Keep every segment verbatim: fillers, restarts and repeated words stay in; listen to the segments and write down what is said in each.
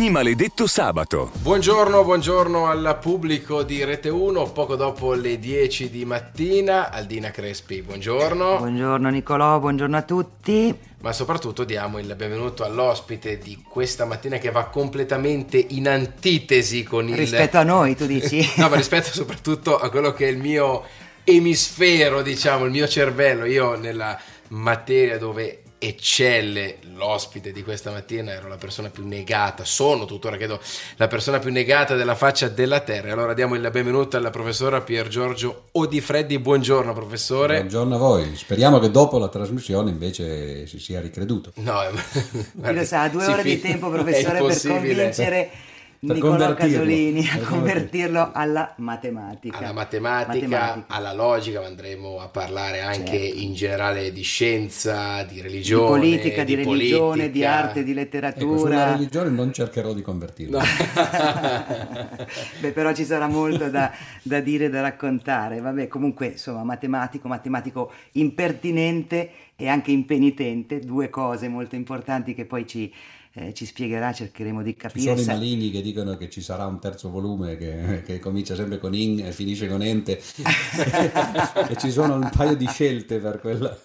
ogni maledetto sabato. Buongiorno, buongiorno al pubblico di Rete uno, poco dopo le dieci di mattina. Aldina Crespi, buongiorno. Buongiorno Nicolò, buongiorno a tutti. Ma soprattutto diamo il benvenuto all'ospite di questa mattina che va completamente in antitesi con il... Rispetto a noi, tu dici? No, ma rispetto soprattutto a quello che è il mio emisfero, diciamo, il mio cervello. Io nella materia dove eccelle l'ospite di questa mattina ero la persona più negata, sono tuttora credo la persona più negata della faccia della terra. Allora diamo il benvenuto alla professora Pier Giorgio Odifreddi. Buongiorno professore. Buongiorno a voi, speriamo che dopo la trasmissione invece si sia ricreduto. No, guarda, lo sa, due ore fi- di tempo professore per convincere per Nicolò Casolini a convertirlo alla matematica. Alla matematica, matematica, alla logica, ma andremo a parlare anche certo. in generale di scienza, di religione, di politica, di, di religione, politica. di arte, di letteratura. Ecco, sulla religione non cercherò di convertirlo. No. Beh, però ci sarà molto da, da dire, da raccontare. Vabbè, comunque, insomma, matematico, matematico impertinente e anche impenitente, due cose molto importanti che poi ci Eh, ci spiegherà, cercheremo di capire. Ci sono i maligni che dicono che ci sarà un terzo volume che, che comincia sempre con in e finisce con ente e ci sono un paio di scelte per quella.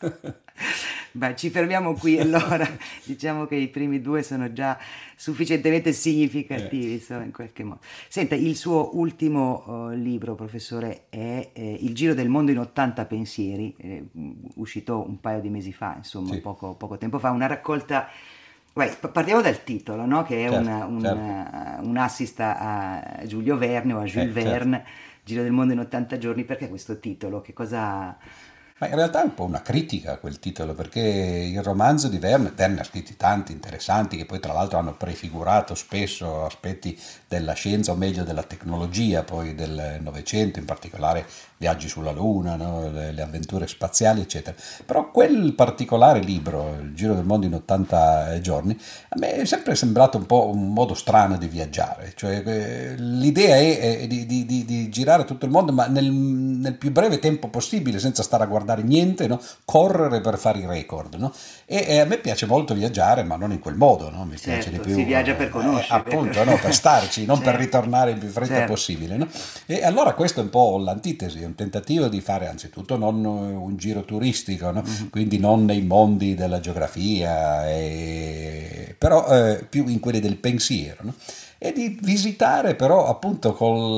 Beh, ci fermiamo qui allora. Diciamo che i primi due sono già sufficientemente significativi, eh. insomma, in qualche modo. Senta, il suo ultimo uh, libro, professore, è eh, Il giro del mondo in ottanta pensieri, eh, uscito un paio di mesi fa, insomma, sì. poco, poco tempo fa, una raccolta. Beh, partiamo dal titolo, no? Che è certo, una, un, certo. un assist a Giulio Verne o a Jules eh, Verne, certo. Giro del mondo in ottanta giorni. Perché questo titolo? Che cosa... Ma in realtà è un po' una critica a quel titolo, perché il romanzo di Verne, Verne ha scritti tanti interessanti che poi tra l'altro hanno prefigurato spesso aspetti della scienza o meglio della tecnologia poi del Novecento, in particolare viaggi sulla Luna, no? le, le avventure spaziali eccetera. Però quel particolare libro, Il giro del mondo in ottanta giorni, a me è sempre sembrato un po' un modo strano di viaggiare, cioè eh, l'idea è, è di, di, di, di girare tutto il mondo ma nel, nel più breve tempo possibile senza stare a guardare niente, no? Correre per fare i record, no? e, e a me piace molto viaggiare ma non in quel modo, no? Mi certo, piace di più si viaggia per conoscere, eh, appunto, no? Per starci, non certo. per ritornare il più fretta certo. possibile, no? E allora questo è un po' l'antitesi, è un tentativo di fare anzitutto non un giro turistico, no? Mm-hmm. Quindi non nei mondi della geografia e... però eh, più in quelli del pensiero, no? E di visitare però appunto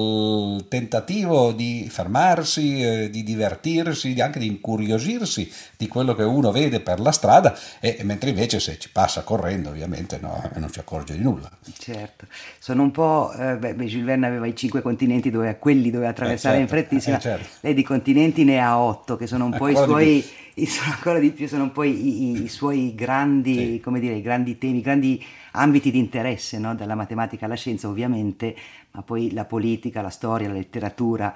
col tentativo di fermarsi, eh, di divertirsi, anche di incuriosirsi di quello che uno vede per la strada, e, e mentre invece se ci passa correndo ovviamente no, non ci accorge di nulla. Certo, sono un po', eh, beh, Jules Verne aveva i cinque continenti, dove, quelli dove attraversare eh certo, in frettissima, eh certo. lei di continenti ne ha otto, che sono un po' ancora i suoi, i, ancora di più, sono un po' i, i, i suoi grandi, sì. come dire, i grandi temi, i grandi ambiti di interesse, no? Dalla matematica alla scienza ovviamente, ma poi la politica, la storia, la letteratura,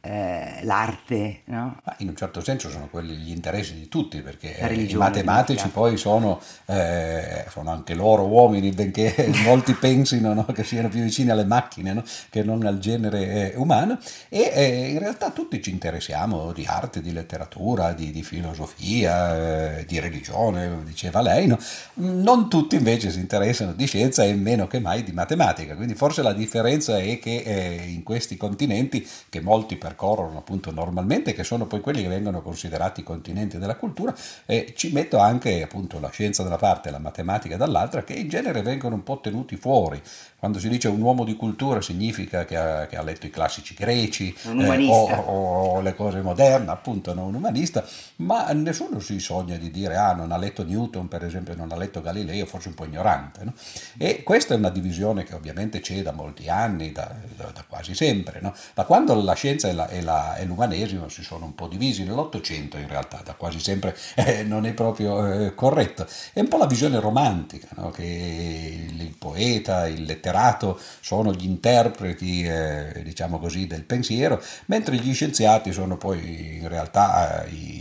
eh, l'arte, no? Ma in un certo senso sono quelli gli interessi di tutti, perché religione, i matematici poi sono, eh, sono anche loro uomini, benché molti pensino, no, che siano più vicini alle macchine, no, che non al genere eh, umano, e eh, in realtà tutti ci interessiamo di arte, di letteratura, di, di filosofia, eh, di religione, diceva lei, no? Non tutti invece si interessano di scienza e meno che mai di matematica, quindi forse la differenza è che eh, in questi continenti che molti per percorrono appunto normalmente, che sono poi quelli che vengono considerati i continenti della cultura, e ci metto anche appunto la scienza da una parte e la matematica dall'altra, che in genere vengono un po' tenuti fuori. Quando si dice un uomo di cultura significa che ha, che ha letto i classici greci eh, o, o le cose moderne, appunto, non un umanista, ma nessuno si sogna di dire ah non ha letto Newton per esempio, non ha letto Galileo, forse un po' ignorante, no? E questa è una divisione che ovviamente c'è da molti anni, da, da, da quasi sempre, no? Da quando la scienza e, la, e, la, e l'umanesimo si sono un po' divisi, nell'Ottocento in realtà da quasi sempre eh, non è proprio eh, corretto, è un po' la visione romantica, no? Che il, il poeta, il letterato sono gli interpreti eh, diciamo così del pensiero, mentre gli scienziati sono poi in realtà eh, i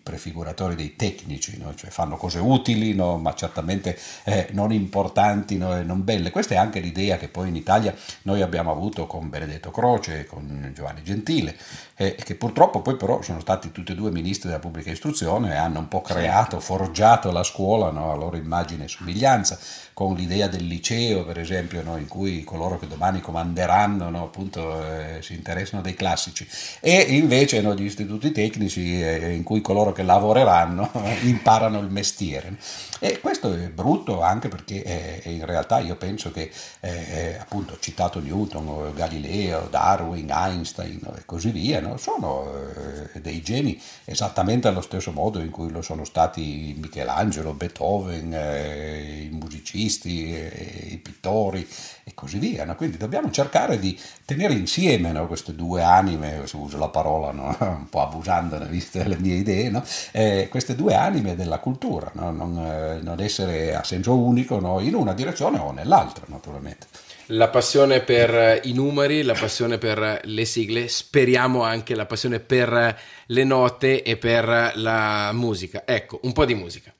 prefiguratori dei tecnici, no? Cioè fanno cose utili, no? Ma certamente eh, non importanti, no? E non belle. Questa è anche l'idea che poi in Italia noi abbiamo avuto con Benedetto Croce, con Giovanni Gentile, eh, che purtroppo poi però sono stati tutti e due ministri della pubblica istruzione e hanno un po' creato, forgiato la scuola, no? A loro immagine e somiglianza, con l'idea del liceo per esempio, no? In cui coloro che domani comanderanno, no? Appunto eh, si interessano dei classici, e invece no, gli istituti tecnici eh, in cui coloro che lavoreranno imparano il mestiere. E questo è brutto anche perché eh, in realtà io penso che eh, appunto ho citato Newton, Galileo, Darwin, Einstein e così via, no? Sono eh, dei geni esattamente allo stesso modo in cui lo sono stati Michelangelo, Beethoven, eh, i musicisti, eh, i pittori e così via, no? Quindi dobbiamo cercare di tenere insieme, no, queste due anime, se uso la parola, no? Un po' abusandone viste le mie idee, no? eh, queste due anime della cultura, no? non, eh, non essere a senso unico, no? In una direzione o nell'altra naturalmente. La passione per i numeri, la passione per le sigle, speriamo anche la passione per le note e per la musica. Ecco, un po' di musica.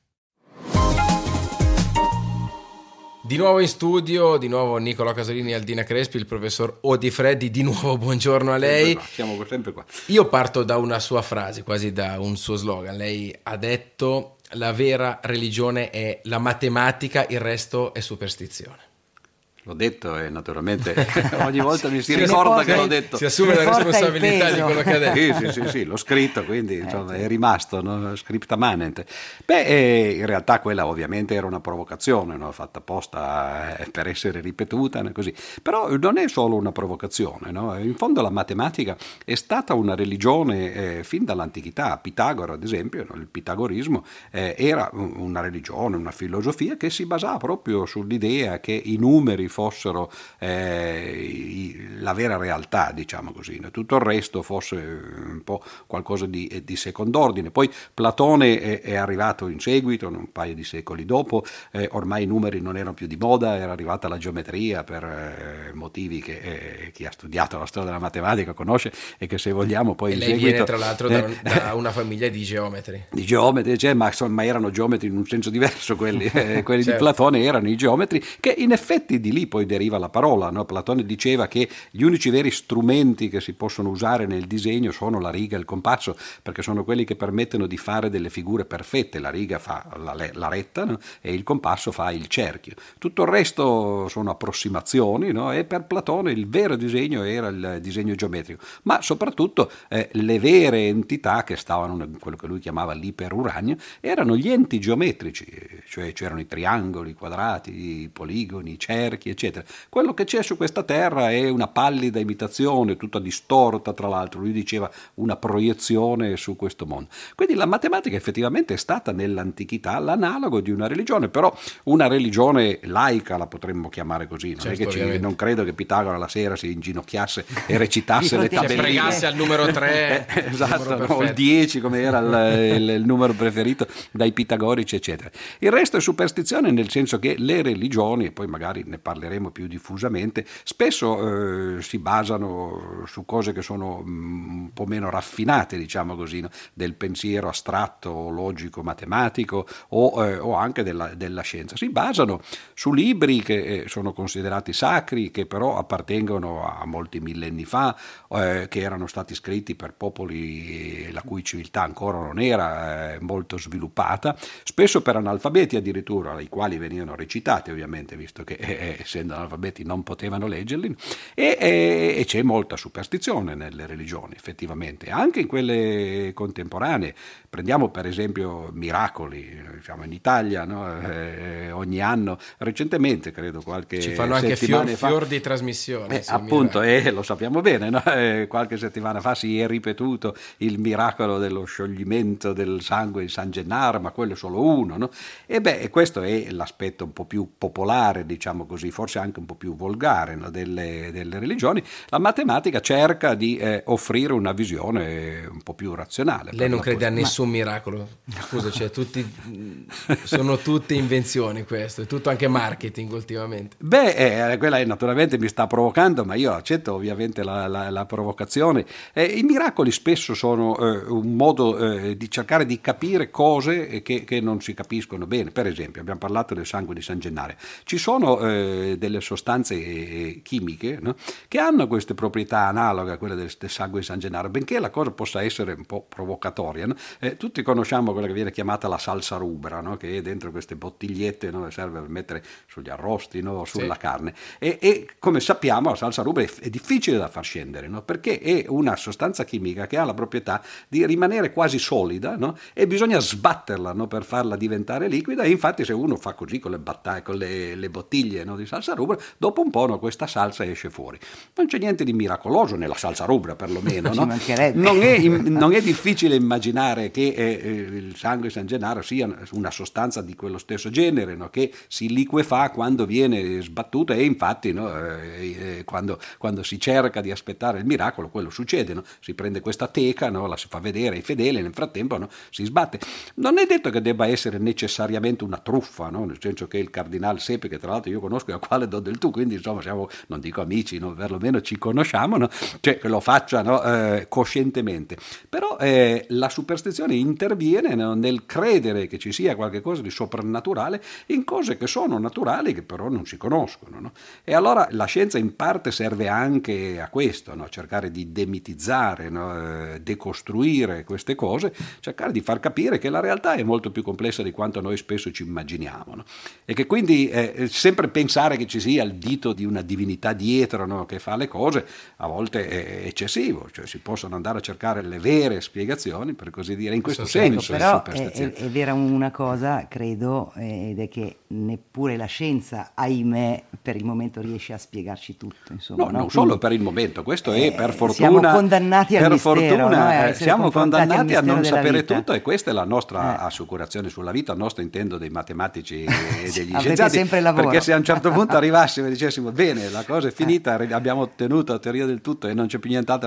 Di nuovo in studio, di nuovo Nicolò Casolini e Aldina Crespi, il professor Odi Freddi, di nuovo buongiorno a lei. Siamo sempre qua. Io parto da una sua frase, quasi da un suo slogan. Lei ha detto: la vera religione è la matematica, il resto è superstizione. L'ho detto e naturalmente ogni volta mi si, si ricorda porta, che l'ho detto. Si assume la responsabilità di quello che ha detto. Sì, sì, sì, sì, l'ho scritto, quindi insomma, è rimasto, no? Scripta manent. Beh, eh, in realtà quella ovviamente era una provocazione, no? Fatta apposta eh, per essere ripetuta, no? Così. Però non è solo una provocazione, no? In fondo la matematica è stata una religione eh, fin dall'antichità. Pitagora, ad esempio, no? Il pitagorismo eh, era una religione, una filosofia che si basava proprio sull'idea che i numeri fossero eh, la vera realtà, diciamo così, no? Tutto il resto fosse un po' qualcosa di, di second'ordine. Poi Platone è, è arrivato in seguito, un paio di secoli dopo, eh, ormai i numeri non erano più di moda, era arrivata la geometria per eh, motivi che eh, chi ha studiato la storia della matematica conosce e che se vogliamo poi e in lei seguito... viene tra l'altro da, un, da una famiglia di geometri. Di geometri, cioè, ma insomma erano geometri in un senso diverso quelli, eh, quelli certo. Di Platone erano i geometri, che in effetti di lì poi deriva la parola, no? Platone diceva che gli unici veri strumenti che si possono usare nel disegno sono la riga e il compasso, perché sono quelli che permettono di fare delle figure perfette. La riga fa la, la retta, no? E il compasso fa il cerchio. Tutto il resto sono approssimazioni, no? E per Platone il vero disegno era il disegno geometrico, ma soprattutto eh, le vere entità che stavano in quello che lui chiamava l'iperuranio erano gli enti geometrici, cioè c'erano i triangoli, i quadrati, i poligoni, i cerchi, eccetera. Quello che c'è su questa terra è una pallida imitazione, tutta distorta tra l'altro, lui diceva una proiezione su questo mondo. Quindi la matematica effettivamente è stata nell'antichità l'analogo di una religione, però una religione laica la potremmo chiamare così, non, certo, è che ci, non credo che Pitagora la sera si inginocchiasse e recitasse le tabelline, pregasse al numero tre, esatto, no, o il dieci come era il, il, il numero preferito dai pitagorici, eccetera. Il resto è superstizione, nel senso che le religioni, e poi magari ne parleremo più diffusamente, spesso eh, si basano su cose che sono mh, un po' meno raffinate, diciamo così, no? Del pensiero astratto, logico, matematico o, eh, o anche della, della scienza. Si basano su libri che eh, sono considerati sacri, che però appartengono a molti millenni fa, eh, che erano stati scritti per popoli la cui civiltà ancora non era eh, molto sviluppata, spesso per analfabeti addirittura, ai quali venivano recitati ovviamente, visto che eh, essendo analfabeti non potevano leggerli, e, e, e c'è molta superstizione nelle religioni effettivamente, anche in quelle contemporanee. Prendiamo per esempio miracoli, diciamo in Italia, no? eh, ogni anno, recentemente credo qualche ci fanno anche fior, fa, fior di trasmissioni, eh, appunto, eh, lo sappiamo bene, no? eh, qualche settimana fa si è ripetuto il miracolo dello scioglimento del sangue in San Gennaro, ma quello è solo uno, no? E beh, questo è l'aspetto un po' più popolare, diciamo così, forse anche un po' più volgare, no? delle, delle religioni. religioni, la matematica cerca di eh, offrire una visione un po' più razionale. Lei non crede a nessun Ma... miracolo? Scusa, cioè, tutti, sono tutte invenzioni questo, è tutto anche marketing ultimamente. Beh, eh, quella è, naturalmente mi sta provocando, ma io accetto ovviamente la, la, la provocazione. Eh, I miracoli spesso sono eh, un modo eh, di cercare di capire cose che, che non si capiscono bene. Per esempio, abbiamo parlato del sangue di San Gennaro. Ci sono eh, delle sostanze eh, chimiche, no? Che hanno queste proprietà analoghe a quelle del, del sangue di San Gennaro, benché la cosa possa essere un po' provocatoria, no? Eh, tutti conosciamo quella che viene chiamata la salsa rubra, no? Che è dentro queste bottigliette, no? Che serve per mettere sugli arrosti, no? Sulla sì. carne. E, e come sappiamo la salsa rubra è, è difficile da far scendere, no? Perché è una sostanza chimica che ha la proprietà di rimanere quasi solida, no? E bisogna sbatterla, no? Per farla diventare liquida, e infatti se uno fa così con le, battaglie, con le, le bottiglie, no? Di salsa rubra, dopo un po', no? Questa salsa esce fuori. Non c'è niente di miracoloso nella salsa rubra, perlomeno, no? non, è, non è difficile immaginare che eh, il sangue di San Gennaro sia una sostanza di quello stesso genere, no? Che si liquefà quando viene sbattuta, e infatti, no? eh, eh, quando, quando si cerca di aspettare il miracolo, quello succede, no? Si prende questa teca, no? La si fa vedere ai fedeli, nel frattempo, no? Si sbatte. Non è detto che debba essere necessariamente una truffa, no? Nel senso che il cardinale Sepe, che tra l'altro io conosco e al quale do del tu, quindi insomma siamo, non dico amici, no? Perlomeno ci conosciamo, no? Cioè che lo faccia, no? eh, coscientemente. Però eh, la superstizione interviene, no? Nel credere che ci sia qualcosa di soprannaturale in cose che sono naturali, che però non si conoscono, no? E allora la scienza in parte serve anche a questo, no? Cercare di demitizzare, no? eh, decostruire queste cose, cercare di far capire che la realtà è molto più complessa di quanto noi spesso ci immaginiamo, no? E che quindi eh, sempre pensare che ci sia il dito di una divinità dietro, no? Che fa le cose a volte è eccessivo, cioè si possono andare a cercare le vere spiegazioni, per così dire, in questo senso. Però è, è, è vera una cosa, credo, ed è che neppure la scienza, ahimè, per il momento riesce a spiegarci tutto, insomma, no, no? non Quindi, solo per il momento, questo è eh, per fortuna, siamo condannati al per mistero, fortuna, no? eh, siamo condannati a non sapere vita. tutto, e questa è la nostra eh. assicurazione sulla vita, nostra intendo dei matematici e degli Avete scienziati, sempre il lavoro. Perché se a un certo punto arrivassimo e dicessimo bene, la cosa è finita, eh. abbiamo ottenuto la teoria del tutto e non c'è più nient'altro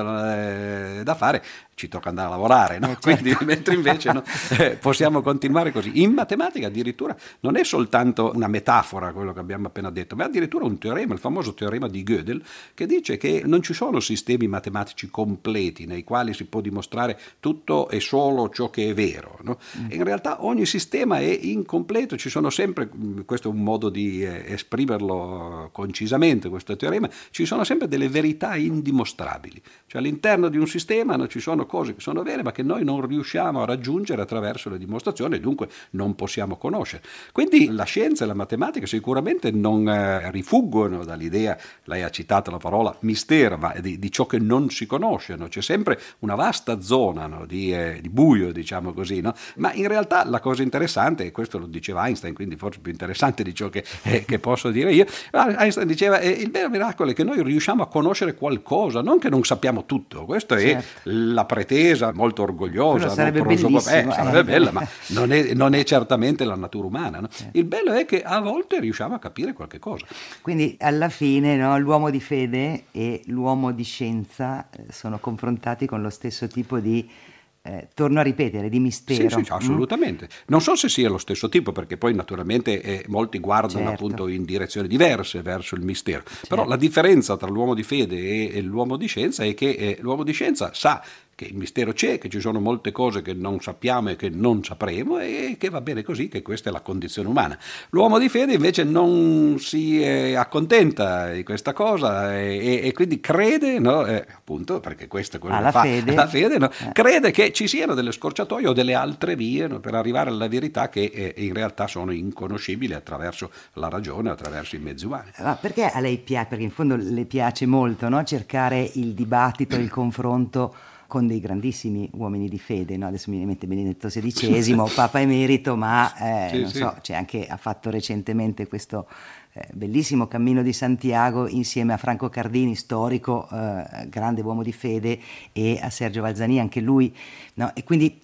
da fare, ci tocca andare a lavorare, no? Eh, certo. Quindi, mentre invece no, eh, possiamo continuare così. In matematica addirittura non è soltanto una metafora quello che abbiamo appena detto, ma è addirittura un teorema, il famoso teorema di Gödel, che dice che non ci sono sistemi matematici completi nei quali si può dimostrare tutto e solo ciò che è vero, no? Mm. In realtà ogni sistema è incompleto, ci sono sempre, questo è un modo di eh, esprimerlo concisamente, questo teorema, ci sono sempre delle verità indimostrabili, cioè all'interno di un sistema no, ci sono cose che sono vere ma che noi non riusciamo a raggiungere attraverso le dimostrazioni e dunque non possiamo conoscere. Quindi la scienza e la matematica sicuramente non eh, rifuggono dall'idea, lei ha citato la parola mistero, ma di, di ciò che non si conosce, no? C'è sempre una vasta zona no? di, eh, di buio, diciamo così, no? Ma in realtà la cosa interessante, e questo lo diceva Einstein, quindi forse più interessante di ciò che, eh, che posso dire io, Einstein diceva eh, il vero miracolo è che noi riusciamo a conoscere qualcosa, non che non sappiamo tutto, questo certo. È la pretesa molto orgogliosa, sarebbe, no? bellissimo, eh, sarebbe eh. bella, ma non è, non è certamente la natura umana, no? Il bello è che a volte riusciamo a capire qualche cosa. Quindi alla fine no, l'uomo di fede e l'uomo di scienza sono confrontati con lo stesso tipo di Eh, torno a ripetere, di mistero. Sì, sì, assolutamente. Mm? Non so se sia lo stesso tipo, perché poi naturalmente eh, molti guardano certo. appunto in direzioni diverse verso il mistero. Certo. Però la differenza tra l'uomo di fede e, e l'uomo di scienza è che eh, l'uomo di scienza sa che il mistero c'è, che ci sono molte cose che non sappiamo e che non sapremo e che va bene così, che questa è la condizione umana. L'uomo di fede invece non si eh, accontenta di questa cosa e, e quindi crede, no? eh, appunto, perché questo è quello alla che fa fede, la fede, no? eh. crede che ci siano delle scorciatoie o delle altre vie no? per arrivare alla verità che eh, in realtà sono inconoscibili attraverso la ragione, attraverso i mezzi umani. Ma perché a lei piace, perché in fondo le piace molto, no? Cercare il dibattito, il confronto con dei grandissimi uomini di fede, no? Adesso mi viene in mente Benedetto sedicesimo, Papa Emerito, ma eh, sì, non sì. so, c'è anche, ha fatto recentemente questo eh, bellissimo Cammino di Santiago insieme a Franco Cardini, storico, eh, grande uomo di fede, e a Sergio Valzani, anche lui, no? E quindi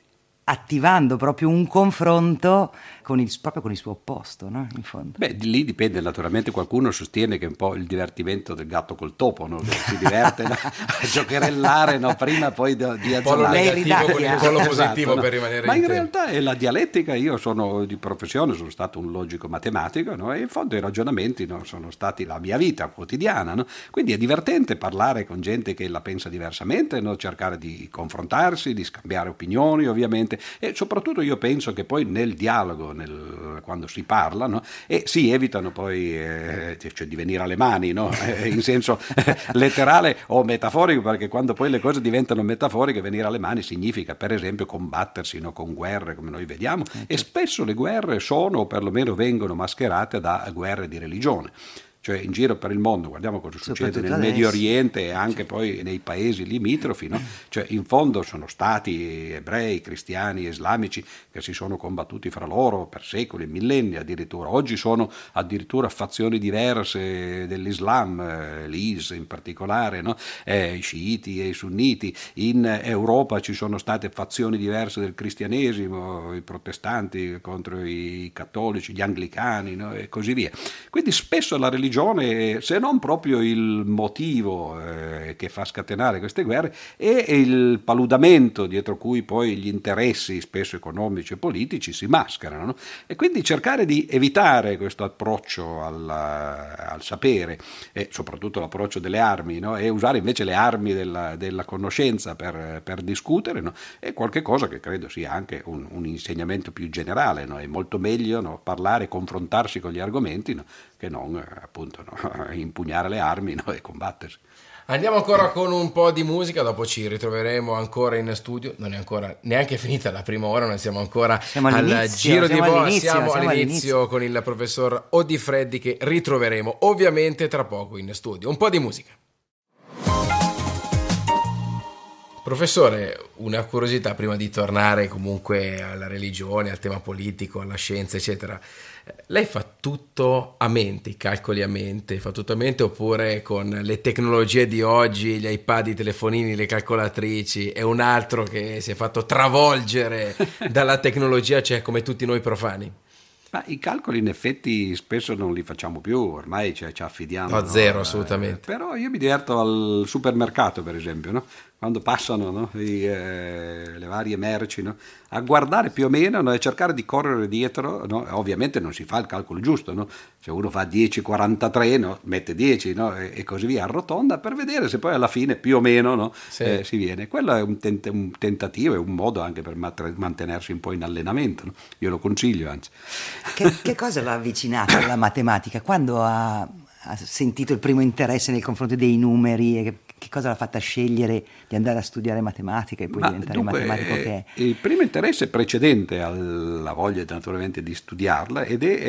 attivando proprio un confronto con il, proprio con il suo opposto, no? In fondo. Beh, di lì dipende, naturalmente qualcuno sostiene che è un po' il divertimento del gatto col topo, no? Che si diverte, no? A giocherellare, no? Prima poi di, di un po' lo azzonare. negativo con il polo Esatto, positivo no? per rimanere Ma in, in tema. realtà è la dialettica. Io sono di professione, sono stato un logico matematico, no? E in fondo i ragionamenti, no? Sono stati la mia vita quotidiana, no? Quindi è divertente parlare con gente che la pensa diversamente, no? Cercare di confrontarsi, di scambiare opinioni ovviamente, e soprattutto io penso che poi nel dialogo, nel, quando si parla, no? E si evitano poi eh, cioè di venire alle mani, no? Eh, in senso eh, letterale o metaforico, perché quando poi le cose diventano metaforiche, venire alle mani significa per esempio combattersi, no? Con guerre come noi vediamo, e spesso le guerre sono o perlomeno vengono mascherate da guerre di religione. Cioè in giro per il mondo, guardiamo cosa succede nel adesso. Medio Oriente e anche poi nei paesi limitrofi, no? Cioè in fondo sono stati ebrei, cristiani, islamici che si sono combattuti fra loro per secoli, millenni addirittura. Oggi sono addirittura fazioni diverse dell'Islam, eh, l'I S in particolare, no? eh, i sciiti e i sunniti. In Europa ci sono state fazioni diverse del cristianesimo, i protestanti contro i cattolici, gli anglicani, no? E così via. Quindi spesso la religione, se non proprio il motivo eh, che fa scatenare queste guerre, è il paludamento dietro cui poi gli interessi spesso economici e politici si mascherano, no? E quindi cercare di evitare questo approccio al, al sapere e soprattutto l'approccio delle armi, no? E usare invece le armi della, della conoscenza per, per discutere, no? È qualcosa che credo sia anche un, un insegnamento più generale, no? È molto meglio, no? Parlare, confrontarsi con gli argomenti, no? Che non appunto no? Impugnare le armi, no? E combattersi. Andiamo ancora con un po' di musica, dopo ci ritroveremo ancora in studio. Non è ancora neanche finita la prima ora, noi siamo ancora siamo al giro di boa, siamo, siamo all'inizio, all'inizio con il professor Oddi Freddi, che ritroveremo ovviamente tra poco in studio. Un po' di musica. Professore, una curiosità prima di tornare comunque alla religione, al tema politico, alla scienza, eccetera. Lei fa tutto a mente, i calcoli a mente, fa tutto a mente, oppure con le tecnologie di oggi, gli iPad, i telefonini, le calcolatrici, è un altro che si è fatto travolgere dalla tecnologia, cioè come tutti noi profani? Ma i calcoli in effetti spesso non li facciamo più, ormai ci, ci affidiamo. No, zero, no? assolutamente. Eh, però io mi diverto al supermercato, per esempio, no? Quando passano, no? I, eh, le varie merci, no? A guardare più o meno, no? E cercare di correre dietro, no? Ovviamente non si fa il calcolo giusto, no? Se uno fa dieci virgola quarantatré, no? Mette dieci, no? e, e così via, arrotonda per vedere se poi alla fine più o meno, no? Sì. eh, si viene. Quello è un, tent- un tentativo, è un modo anche per mat- mantenersi un po' in allenamento, no? Io lo consiglio, anzi. Che, che cosa l'ha avvicinato alla matematica? Quando ha, ha sentito il primo interesse nei confronti dei numeri? E che, che cosa l'ha fatta scegliere di andare a studiare matematica e poi Ma diventare dunque, il matematico che è? Il primo interesse precedente alla voglia naturalmente di studiarla ed è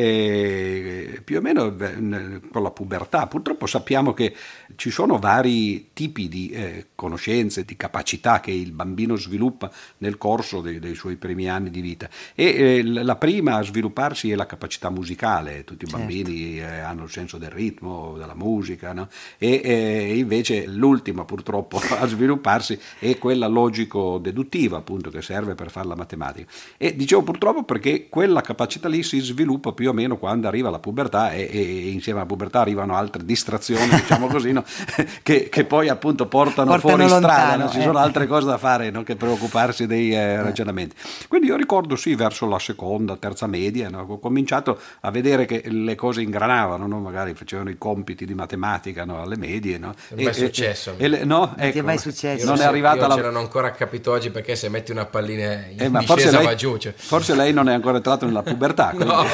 eh, più o meno eh, con la pubertà. Purtroppo sappiamo che ci sono vari tipi di eh, conoscenze, di capacità che il bambino sviluppa nel corso dei, dei suoi primi anni di vita, e eh, la prima a svilupparsi è la capacità musicale. Tutti i Certo. bambini eh, hanno il senso del ritmo, della musica, no? E eh, invece l'ultima purtroppo a svilupparsi è quella logico-deduttiva, appunto, che serve per fare la matematica. E dicevo purtroppo perché quella capacità lì si sviluppa più o meno quando arriva la pubertà, e, e insieme alla pubertà arrivano altre distrazioni, diciamo così, no? che, che poi appunto portano, Portano fuori lontano, strada, no? Ci eh. sono altre cose da fare, no? Che preoccuparsi dei eh, ragionamenti. Quindi io ricordo sì, verso la seconda, terza media, no? Ho cominciato a vedere che le cose ingranavano, no? Magari facevano i compiti di matematica, no? Alle medie, no? Non è mai successo. E, e, no? ti è Ecco, mai successo? non è so, arrivata io la... ce l'hanno ancora capito oggi, perché se metti una pallina in Eh, ma discesa forse lei, va giù, cioè. forse lei non è ancora entrato nella pubertà, quindi No.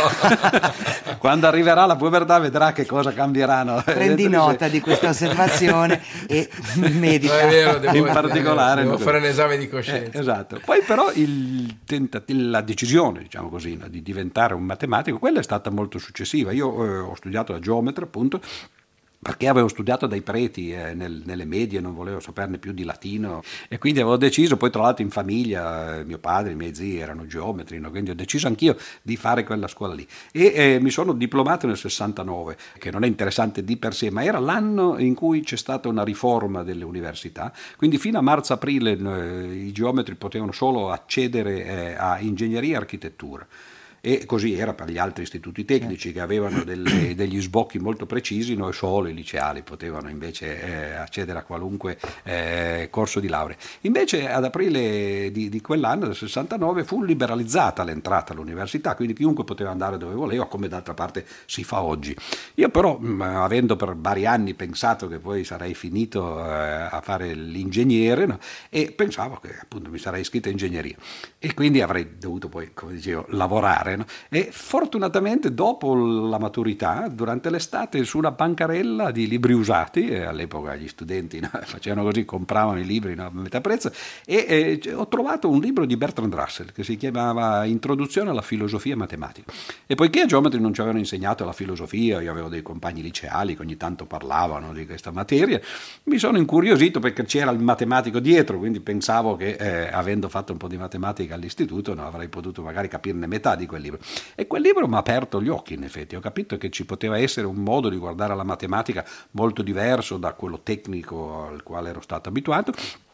quando arriverà la pubertà vedrà che cosa cambieranno. Prendi dentro nota sé. di questa osservazione e medica. No, è vero, devo, In particolare, devo no? fare un esame di coscienza. Eh, esatto. Poi però il tenta- la decisione, diciamo così, no, di diventare un matematico, quella è stata molto successiva. Io eh, ho studiato la geometra, appunto, perché avevo studiato dai preti eh, nel, nelle medie, non volevo saperne più di latino e quindi avevo deciso, poi tra l'altro in famiglia eh, mio padre, i miei zii erano geometri, no? Quindi ho deciso anch'io di fare quella scuola lì e eh, mi sono diplomato nel sessantanove, che non è interessante di per sé, ma era l'anno in cui c'è stata una riforma delle università, quindi fino a marzo-aprile eh, i geometri potevano solo accedere eh, a ingegneria e architettura. E così era per gli altri istituti tecnici che avevano delle, degli sbocchi molto precisi, noi solo i liceali potevano invece eh, accedere a qualunque eh, corso di laurea. Invece ad aprile di, di quell'anno, del sessantanove, fu liberalizzata l'entrata all'università, quindi chiunque poteva andare dove voleva, come d'altra parte si fa oggi. Io però, mh, avendo per vari anni pensato che poi sarei finito eh, a fare l'ingegnere, no? E pensavo che appunto mi sarei iscritto a ingegneria e quindi avrei dovuto poi, come dicevo, lavorare. No? E fortunatamente dopo la maturità, durante l'estate, su una bancarella di libri usati, e all'epoca gli studenti no, facevano così, compravano i libri no, a metà prezzo, e eh, ho trovato un libro di Bertrand Russell che si chiamava Introduzione alla filosofia matematica. E poiché a geometri non ci avevano insegnato la filosofia, io avevo dei compagni liceali che ogni tanto parlavano di questa materia, mi sono incuriosito perché c'era il matematico dietro, quindi pensavo che eh, avendo fatto un po' di matematica all'istituto no, avrei potuto magari capirne metà di quel libro. E quel libro mi ha aperto gli occhi, in effetti ho capito che ci poteva essere un modo di guardare la matematica molto diverso da quello tecnico al quale ero stato abituato.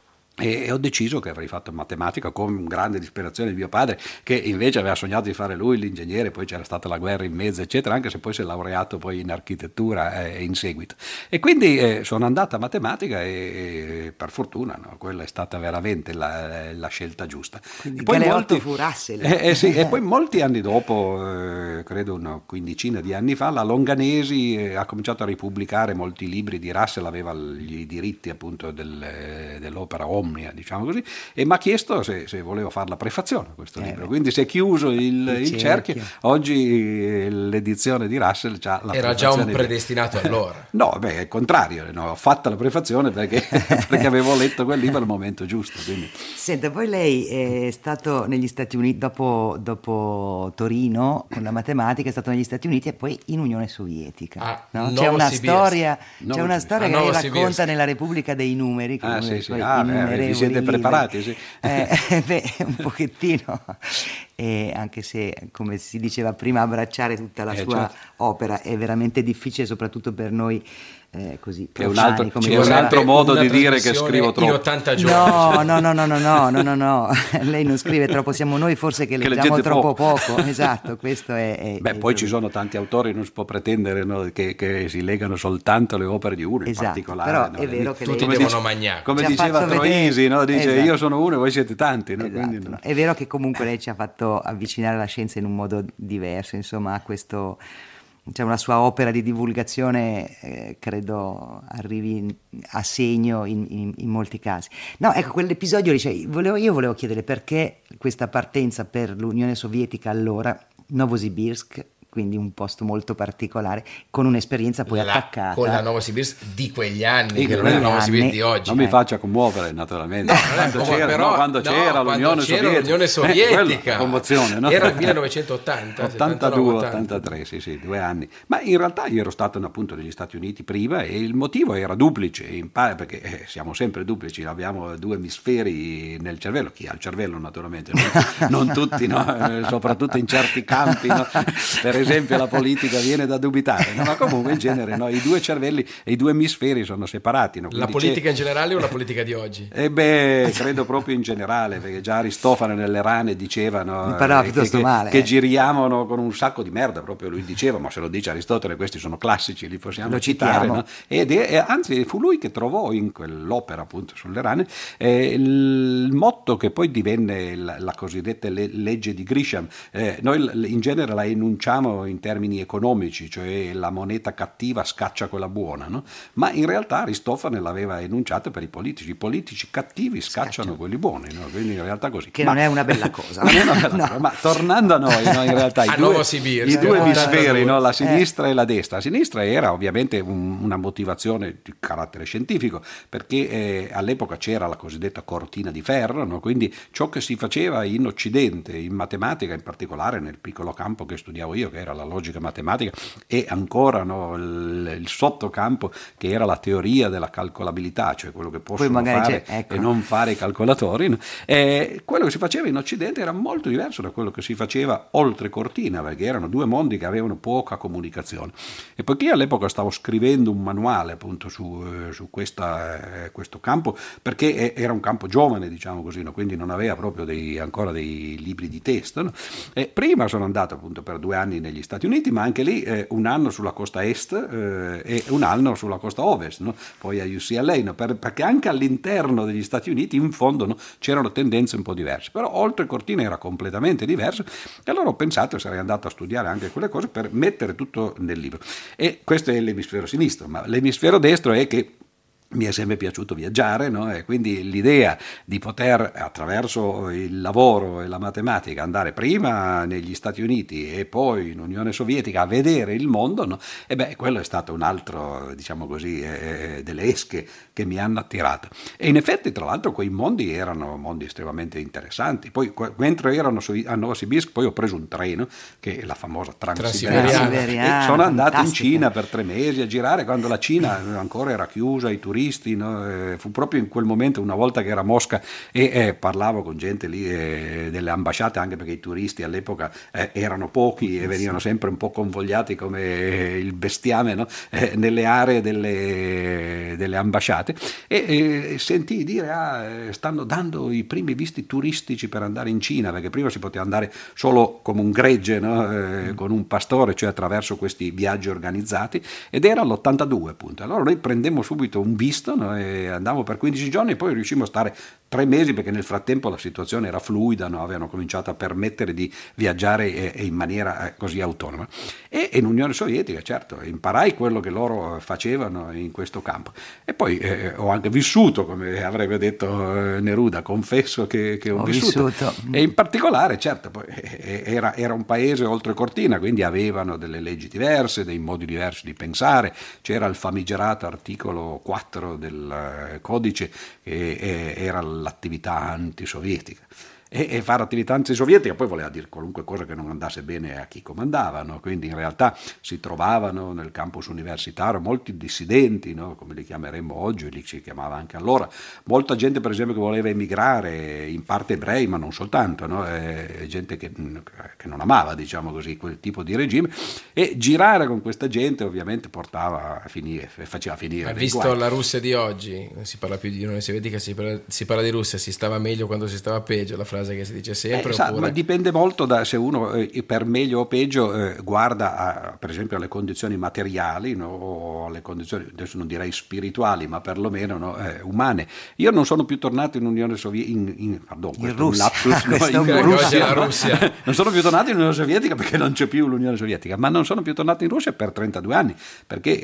E ho deciso che avrei fatto matematica con grande disperazione di mio padre, che invece aveva sognato di fare lui l'ingegnere, poi c'era stata la guerra in mezzo eccetera, anche se poi si è laureato poi in architettura eh, in seguito, e quindi eh, sono andato a matematica e, e per fortuna no, quella è stata veramente la, la scelta giusta. Quindi e poi Galeotto molti, fu Russell. eh, eh, sì, e poi molti anni dopo, eh, credo una quindicina di anni fa, la Longanesi eh, ha cominciato a ripubblicare molti libri di Russell, aveva i diritti appunto del, dell'opera Omnia, diciamo così, e mi ha chiesto se, se volevo fare la prefazione a questo eh libro, beh. Quindi si è chiuso il, il, il cerchio. cerchio. Oggi l'edizione di Russell c'ha la era già un predestinato di... allora. No, beh, è il contrario, no, ho fatto la prefazione perché, perché avevo letto quel libro al momento giusto. Quindi. Senta, poi lei è stato negli Stati Uniti, dopo, dopo Torino, con la matematica, è stato negli Stati Uniti e poi in Unione Sovietica. Ah, no? C'è una storia, c'è una storia che lei racconta Sibirsk. nella Repubblica dei Numeri. Ah, sì, sì. Ah, beh, vi siete preparati? Sì. Eh, beh, un pochettino, e anche se, come si diceva prima, abbracciare tutta la eh, sua certo. opera è veramente difficile, soprattutto per noi. Eh, così è un altro, come c'è un altro modo di dire che scrivo troppo. In ottanta giorni. No, no, no, no, no, no, no, no, lei non scrive troppo, siamo noi forse che, che leggiamo troppo poco. poco. Esatto, questo è... è Beh, è poi ci sono tanti autori, non si può pretendere no, che, che si legano soltanto alle opere di uno, esatto, in particolare. Però no, è vero che tutti lei... devono mangiare. Come ci diceva Troisi, no? Dice esatto. Io sono uno e voi siete tanti. No? Esatto, Quindi, no. È vero che comunque lei ci ha fatto avvicinare la scienza in un modo diverso, insomma, a questo... C'è una sua opera di divulgazione, eh, credo arrivi in, a segno in, in, in molti casi. No, ecco, quell'episodio, dice, volevo, io volevo chiedere perché questa partenza per l'Unione Sovietica allora, Novosibirsk, quindi un posto molto particolare, con un'esperienza poi la, attaccata. Con la Novosibirsk di quegli anni, sì, che non è la Novosibirsk di oggi. Non mi faccia commuovere, naturalmente. No, quando no, c'era, però, no, quando no, c'era quando l'Unione c'era Sovietica. l'Unione Sovietica. Eh, commozione, no? Era il millenovecentottanta. ottantadue ottantatré, sì, sì, due anni. Ma in realtà io ero stato appunto negli Stati Uniti prima e il motivo era duplice, in pa- perché eh, siamo sempre duplici, abbiamo due emisferi nel cervello, chi ha il cervello naturalmente, non, non tutti, no? Soprattutto in certi campi, no? Per esempio la politica viene da dubitare, no? Ma comunque in genere no? I due cervelli e i due emisferi sono separati. No? La politica in generale o la politica di oggi? Eh beh, credo proprio in generale, perché già Aristofane nelle rane diceva no, eh, che, che, male, che eh. giriamo no, con un sacco di merda, proprio lui diceva, ma se lo dice Aristotele questi sono classici, li possiamo lo citare. No? Ed è, anzi fu lui che trovò in quell'opera appunto sulle rane eh, il motto che poi divenne la, la cosiddetta le, legge di Grisham. Eh, noi in genere la enunciamo in termini economici, cioè la moneta cattiva scaccia quella buona, no? Ma in realtà Aristofane l'aveva enunciata per i politici, i politici cattivi scacciano, scacciano. quelli buoni, no? Quindi in realtà così. Che ma, non è una bella cosa. Non è una bella no. cosa. Ma tornando a noi, no, in realtà i due, i due emisferi, no, la sinistra eh. e la destra. La sinistra era ovviamente un, una motivazione di carattere scientifico, perché eh, all'epoca c'era la cosiddetta cortina di ferro, no? Quindi ciò che si faceva in Occidente, in matematica in particolare, nel piccolo campo che studiavo io, che era la logica matematica, e ancora no, il, il sottocampo che era la teoria della calcolabilità, cioè quello che possono fare ecco. e non fare i calcolatori, no? E quello che si faceva in Occidente era molto diverso da quello che si faceva oltre cortina, perché erano due mondi che avevano poca comunicazione. E poiché all'epoca stavo scrivendo un manuale appunto su, eh, su questa, eh, questo campo, perché era un campo giovane, diciamo così, no? Quindi non aveva proprio dei, ancora dei libri di testo, no? E prima sono andato appunto per due anni negli Stati Uniti, ma anche lì eh, un anno sulla costa est eh, e un anno sulla costa ovest, no? Poi a U C L A, no? per, perché anche all'interno degli Stati Uniti in fondo, no? C'erano tendenze un po' diverse, però oltre cortina era completamente diverso, e allora ho pensato, sarei andato a studiare anche quelle cose per mettere tutto nel libro. E questo è l'emisfero sinistro, ma l'emisfero destro è che mi è sempre piaciuto viaggiare, no? E quindi l'idea di poter, attraverso il lavoro e la matematica, andare prima negli Stati Uniti e poi in Unione Sovietica a vedere il mondo, no? E beh, quello è stato un altro, diciamo così, eh, delle esche che mi hanno attirato. E in effetti, tra l'altro, quei mondi erano mondi estremamente interessanti. Poi, mentre erano a Novosibirsk, poi ho preso un treno, che è la famosa Transiberiana, e sono andato in Cina per tre mesi a girare, quando la Cina ancora era chiusa ai turisti. No? Eh, fu proprio in quel momento, una volta che era a Mosca, e eh, parlavo con gente lì eh, delle ambasciate, anche perché i turisti all'epoca eh, erano pochi e venivano sempre un po' convogliati come eh, il bestiame, no? eh, nelle aree delle, delle ambasciate, e eh, sentii dire ah, stanno dando i primi visti turistici per andare in Cina, perché prima si poteva andare solo come un gregge, no? eh, mm. con un pastore, cioè attraverso questi viaggi organizzati, ed era l'ottantadue appunto. Allora noi prendemmo subito un visto, no? E andavamo per quindici giorni e poi riuscimmo a stare tre mesi, perché nel frattempo la situazione era fluida, no? Avevano cominciato a permettere di viaggiare eh, in maniera eh, così autonoma. E in Unione Sovietica, certo, imparai quello che loro facevano in questo campo. E poi eh, ho anche vissuto, come avrebbe detto eh, Neruda, confesso che, che ho, ho vissuto. vissuto. E in particolare, certo, poi, eh, era, era un paese oltre cortina, quindi avevano delle leggi diverse, dei modi diversi di pensare. C'era il famigerato articolo quattro del codice che eh, era l'attività antisovietica. E, e fare attività antisovietica poi voleva dire qualunque cosa che non andasse bene a chi comandava, no? Quindi in realtà si trovavano nel campus universitario molti dissidenti, no? Come li chiameremmo oggi, li si chiamava anche allora, molta gente per esempio che voleva emigrare, in parte ebrei ma non soltanto, no? E gente che, che non amava, diciamo così, quel tipo di regime, e girare con questa gente ovviamente portava a finire, faceva finire. Ma visto guai. La Russia di oggi, non si parla più di Unione Sovietica, si parla, si parla di Russia, si stava meglio quando si stava peggio, la frase che si dice sempre. Eh, sa, oppure... ma dipende molto da se uno eh, per meglio o peggio eh, guarda a, per esempio alle condizioni materiali, no? O alle condizioni, adesso non direi spirituali, ma perlomeno no? eh, umane. Io non sono più tornato in Unione Sovietica, in, in, pardon, in Russia, lapsus, no, in Russia, Russia. Non sono più tornato in Unione Sovietica perché non c'è più l'Unione Sovietica, ma non sono più tornato in Russia per trentadue anni, perché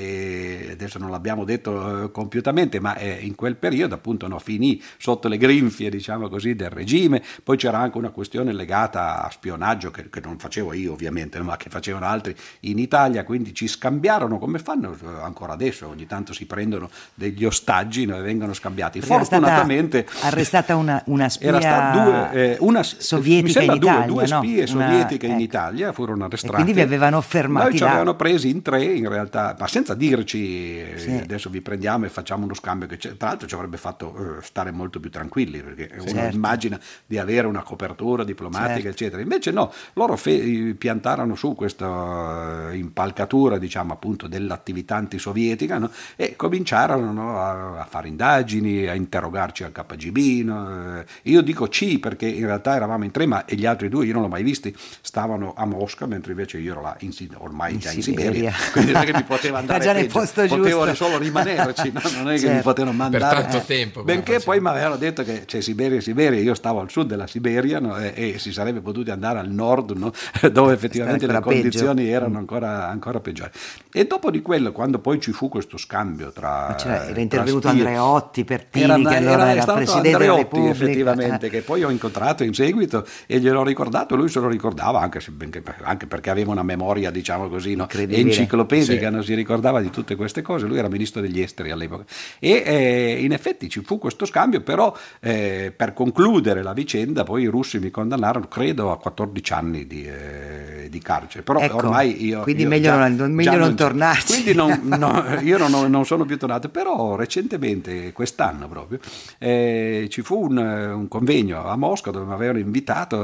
eh, adesso non l'abbiamo detto eh, compiutamente, ma eh, in quel periodo appunto no, finì sotto le grinfie, diciamo così, del regime. Poi c'era anche una questione legata a spionaggio che, che non facevo io ovviamente, ma che facevano altri in Italia, quindi ci scambiarono come fanno ancora adesso, ogni tanto si prendono degli ostaggi, no, e vengono scambiati. Perché fortunatamente era stata arrestata una, una spia era stata due, eh, una, sovietica in due, Italia, due spie no? sovietiche una, in ecco. Italia furono arrestate. E quindi vi avevano fermati. Noi ci là. avevano presi in tre in realtà, ma senza dirci sì. adesso vi prendiamo e facciamo uno scambio, che tra l'altro ci avrebbe fatto uh, stare molto più tranquilli, perché sì, uno certo. immagina di avere una copertura diplomatica, certo. eccetera. Invece no, loro fe- piantarono su questa impalcatura, diciamo appunto, dell'attività antisovietica, no? E cominciarono no, a, a fare indagini, a interrogarci al K G B. No? Io dico C perché in realtà eravamo in tre, ma e gli altri due io non l'ho mai visti, stavano a Mosca, mentre invece io ero là in, ormai in già in Siberia, quindi non è che mi poteva andare già peggio, posto potevo giusto. solo rimanerci, no? Non è che certo. mi potevano mandare per tanto tempo, benché poi mi avevano detto che c'è Siberia e Siberia, io stavo al sud della Siberia, no? e, e si sarebbe potuti andare al nord, no? dove effettivamente le condizioni peggio. erano ancora, ancora peggiori. E dopo di quello, quando poi ci fu questo scambio tra cioè, era intervenuto Andreotti Pertini, era, che allora era, era presidente Andreotti, della Repubblica, effettivamente, eh. che poi ho incontrato in seguito e gliel'ho ricordato, lui se lo ricordava anche, se, anche perché aveva una memoria, diciamo così, no? enciclopedica, sì. non si ricordava di tutte queste cose. Lui era ministro degli esteri all'epoca e eh, in effetti ci fu questo scambio, però eh, per concludere la la vicenda, poi i russi mi condannarono, credo, a quattordici anni di, eh, di carcere. Però ecco, ormai io... Quindi io meglio, già, non, meglio non tornarci. Quindi non, no, io non, non sono più tornato, però recentemente, quest'anno proprio, eh, ci fu un, un convegno a Mosca dove mi avevano invitato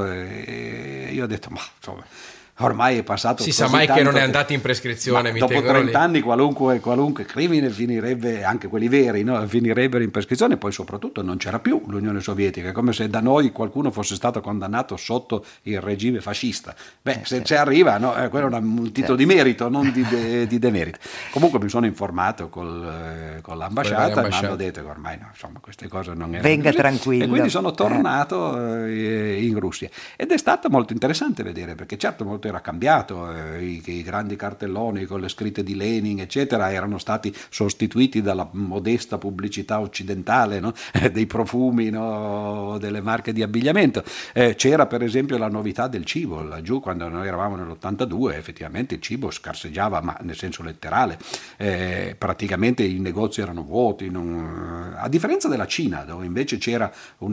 e io ho detto, ma insomma... Ormai è passato si così sa mai tanto che non è andato in prescrizione, mi dopo tengono trenta lì. anni qualunque, qualunque crimine finirebbe, anche quelli veri, no? Finirebbero in prescrizione. Poi soprattutto non c'era più l'Unione Sovietica, è come se da noi qualcuno fosse stato condannato sotto il regime fascista. Beh, se ci arriva, no? eh, quello è un titolo di merito, non di, de, di demerito. Comunque mi sono informato col, eh, con l'ambasciata e mi hanno detto che ormai no, insomma, queste cose non erano venga così. Tranquillo. E quindi sono tornato eh, in Russia ed è stato molto interessante vedere, perché certo molto era cambiato. I, i grandi cartelloni con le scritte di Lenin eccetera erano stati sostituiti dalla modesta pubblicità occidentale, no? Dei profumi, no? Delle marche di abbigliamento. Eh, c'era per esempio la novità del cibo laggiù, quando noi eravamo nell'ottantadue effettivamente il cibo scarseggiava, ma nel senso letterale, eh, praticamente i negozi erano vuoti, non... a differenza della Cina dove invece c'era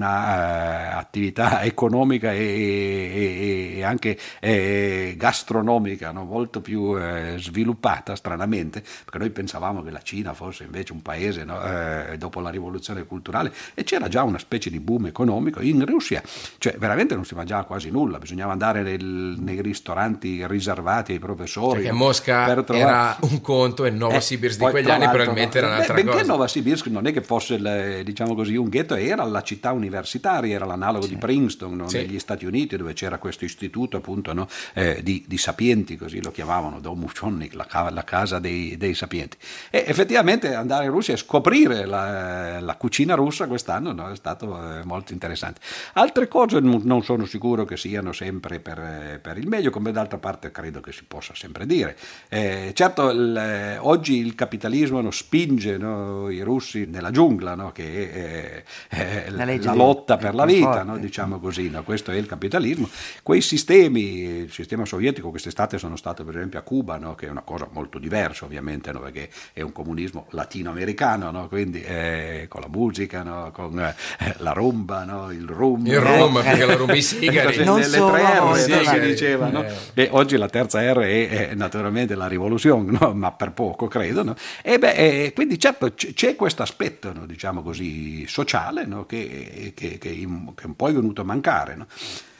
una uh, attività economica e, e, e anche eh, gastronomica No? molto più eh, sviluppata, stranamente, perché noi pensavamo che la Cina fosse invece un paese, no? eh, dopo la rivoluzione culturale, e c'era già una specie di boom economico in Russia, cioè veramente non si mangiava quasi nulla, bisognava andare nel, nei ristoranti riservati ai professori. Perché Mosca per trovare... era un conto e Novosibirsk eh, di quegli anni probabilmente no? era un'altra Beh, cosa. Benché Novosibirsk non è che fosse il, diciamo così un ghetto, era la città universitaria, era l'analogo sì. di Princeton, no? sì. negli Stati Uniti, dove c'era questo istituto appunto no? eh, di, di sapienza, così lo chiamavano, Dom Uchonnik, la, la casa dei, dei sapienti. E effettivamente andare in Russia e scoprire la, la cucina russa quest'anno no, è stato eh, molto interessante. Altre cose non, non sono sicuro che siano sempre per, per il meglio, come d'altra parte credo che si possa sempre dire. Eh, certo, il, oggi il capitalismo no, spinge no, i russi nella giungla, no, che è, è la, la lotta per la vita, no, diciamo così, no, questo è il capitalismo. Quei sistemi, il sistema sovietico, quest'estate sono state per esempio a Cuba, no? Che è una cosa molto diversa ovviamente, no? Perché è un comunismo latinoamericano, no? Quindi eh, con la musica, no? Con eh, la rumba, no? il rum, il no? rum perché la rumba i sigari, non le, solo, le tre R no, si sì, diceva, no? eh. E oggi la terza R è, è naturalmente la rivoluzione, no? Ma per poco credo, no? E beh, eh, quindi certo c- c'è questo aspetto, no? Diciamo così sociale, no? che, che, che, in, che un po' è venuto a mancare, no?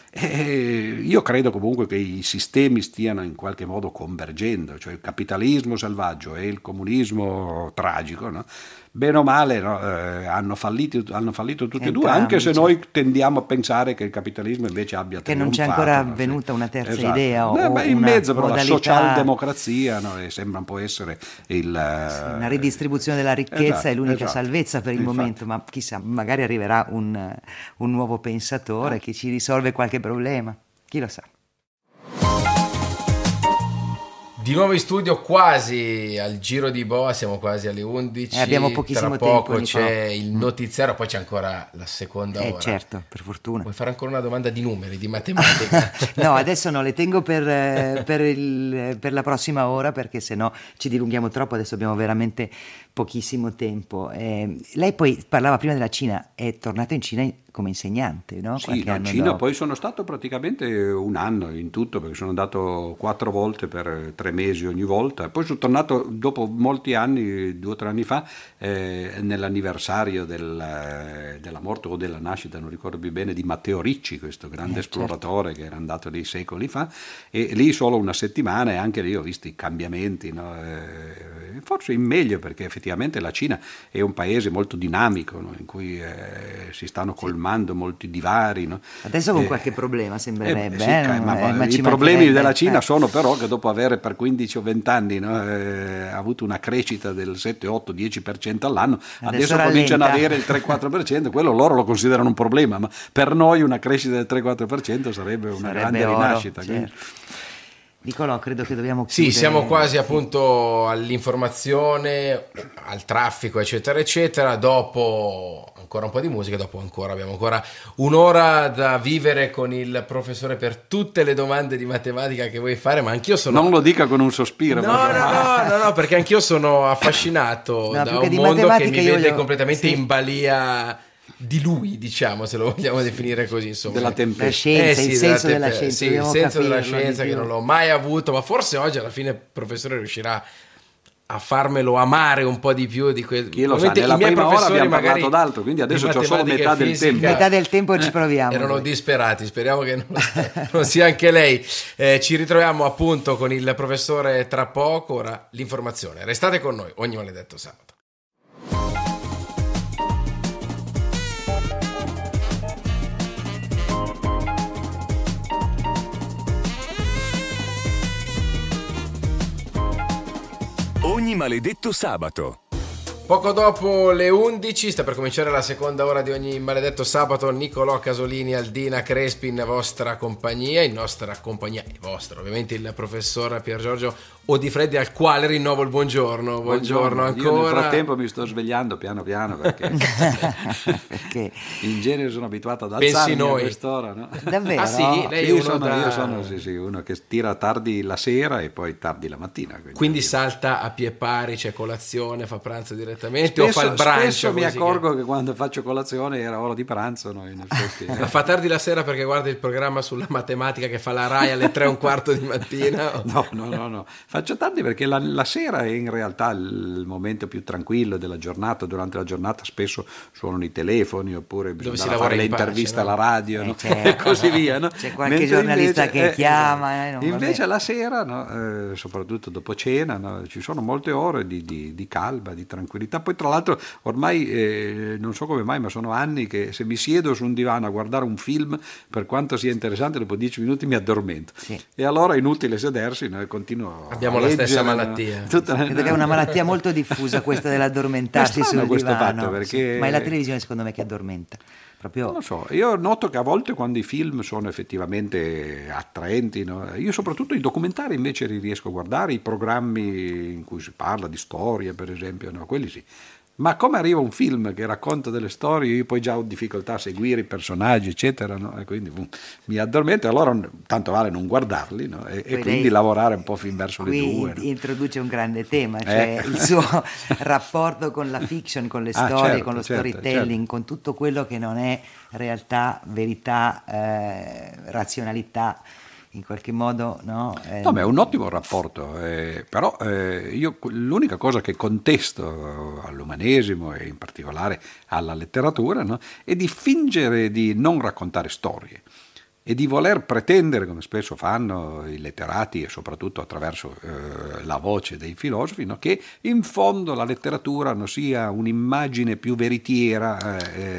Eh, io credo comunque che i sistemi stiano in qualche modo convergendo, cioè il capitalismo selvaggio e il comunismo tragico, no? Bene o male no? eh, hanno, fallito, hanno fallito tutti e due, anche se noi tendiamo a pensare che il capitalismo invece abbia che trionfato. non c'è ancora no? venuta una terza esatto. idea o eh, beh, in una mezzo però modalità... la socialdemocrazia no? e sembra un po' essere il, sì, una ridistribuzione della ricchezza esatto, è l'unica esatto. salvezza per il Infatti. momento, ma chissà, magari arriverà un, un nuovo pensatore eh. che ci risolve qualche problema, chi lo sa. Di nuovo in studio, quasi al giro di boa, siamo quasi alle undici. Eh, abbiamo pochissimo Tra poco tempo, c'è il notiziario, poi c'è ancora la seconda eh, ora. Certo, per fortuna. Vuoi fare ancora una domanda di numeri, di matematica? No, adesso no, le tengo per, per, il, per la prossima ora, perché sennò ci dilunghiamo troppo, adesso abbiamo veramente pochissimo tempo. Eh, lei poi parlava prima della Cina, è tornato in Cina come insegnante, no? Sì, in Cina dopo. Poi sono stato praticamente un anno in tutto, perché sono andato quattro volte per tre mesi ogni volta, poi sono tornato dopo molti anni, due o tre anni fa, eh, nell'anniversario del, della morte o della nascita, non ricordo più bene, di Matteo Ricci, questo grande eh, esploratore certo. che era andato dei secoli fa, e lì solo una settimana e anche lì ho visto i cambiamenti, no? eh, forse in meglio, perché effettivamente la Cina è un paese molto dinamico, no? in cui eh, si stanno colmando molti divari. No? Adesso con eh, qualche problema sembrerebbe. Eh, sì, eh, ma, eh, ma I problemi della Cina eh. sono però che dopo avere per quindici o venti anni no, eh, avuto una crescita del sette, otto, dieci per cento all'anno, adesso, adesso cominciano ad avere il tre quattro per cento, quello loro lo considerano un problema, ma per noi una crescita del tre quattro per cento sarebbe una sarebbe grande oro, rinascita. Certo. Nicolò, credo che dobbiamo chiudere. Sì, siamo quasi appunto all'informazione, al traffico, eccetera, eccetera. Dopo ancora un po' di musica, dopo ancora abbiamo ancora un'ora da vivere con il professore per tutte le domande di matematica che vuoi fare, ma anch'io sono... Non lo dica con un sospiro. No, no, no, no, no, perché anch'io sono affascinato no, da un mondo che mi vede io... completamente sì. in balia di lui, diciamo, se lo vogliamo definire così, insomma. Della tempesta. La scienza, Eh sì, il senso della della tempe- scienza, sì, il dobbiamo senso della capirlo di scienza che più. non l'ho mai avuto, ma forse oggi alla fine il professore riuscirà a farmelo amare un po' di più di quel Chi lo sa, Ovviamente nella i miei prima ora professori abbiamo magari parlato d'altro, quindi adesso di c'ho solo matematica metà e del fisica tempo. Metà del tempo ci proviamo. erano disperati, speriamo che non, non sia anche lei. Eh, ci ritroviamo appunto con il professore tra poco. Ora l'informazione, restate con noi ogni maledetto sabato. Ogni maledetto sabato. Poco dopo le undici sta per cominciare la seconda ora di ogni maledetto sabato. Nicolò Casolini, Aldina Crespi in vostra compagnia, in nostra compagnia e vostra ovviamente il professor Pier Giorgio Odifreddi, al quale rinnovo il buongiorno. Buongiorno, Buongiorno. ancora. Io nel frattempo mi sto svegliando piano piano perché, Perché in genere sono abituato ad Pensi alzarmi noi. a quest'ora, no? davvero? Ah sì? Lei è Sì, uno sono, da- io sono sì, sì, uno che tira tardi la sera e poi tardi la mattina. Quindi, Quindi salta a pie pari, c'è colazione, fa pranzo direttamente o fa spesso, il brunch? spesso mi così accorgo che... quando faccio colazione era ora di pranzo, no? In effetti, che- La fa tardi la sera perché guarda il programma sulla matematica che fa la Rai alle tre e un quarto di mattina? No, no, no, no. Faccio tardi perché la, la sera è in realtà il momento più tranquillo della giornata. Durante la giornata spesso suonano i telefoni oppure bisogna si fare lavora le in pace, interviste no? alla radio, Eh, no? certo. E così via. No? C'è qualche Mentre giornalista invece- che chiama, esatto. eh, non Invece vabbè. la sera, no, eh, soprattutto dopo cena, no, ci sono molte ore di, di- di calma, di tranquillità. Poi tra l'altro ormai eh, non so come mai, ma sono anni che se mi siedo su un divano a guardare un film, per quanto sia interessante, dopo dieci minuti mi addormento. Sì. E allora è inutile sedersi, no? E continuo a Abbiamo la stessa leggere, no? malattia. Tutta- Credo che è una malattia molto diffusa questa dell'addormentarsi È strano sul questo divano. fatto, perché- Sì, ma è la televisione secondo me che addormenta. Proprio Non lo so, io noto che a volte quando i film sono effettivamente attraenti, no? Io soprattutto i documentari invece li riesco a guardare, i programmi in cui si parla di storie per esempio, no? Quelli sì. Ma come arriva un film che racconta delle storie, io poi già ho difficoltà a seguire i personaggi, eccetera, no? E quindi boh, mi addormento, allora tanto vale non guardarli, no? E, e Poi quindi lei lavorare un po' fin verso le qui due. in- no? introduce un grande tema, cioè Eh. il suo rapporto con la fiction, con le Ah, storie, certo, con lo certo, storytelling, certo. con tutto quello che non è realtà, verità, eh, razionalità, in qualche modo, no? Eh, No, ma è un ottimo rapporto, eh, però eh, io l'unica cosa che contesto all'umanesimo e in particolare alla letteratura, no, è di fingere di non raccontare storie e di voler pretendere, come spesso fanno i letterati e soprattutto attraverso eh, la voce dei filosofi, no, che in fondo la letteratura non sia un'immagine più veritiera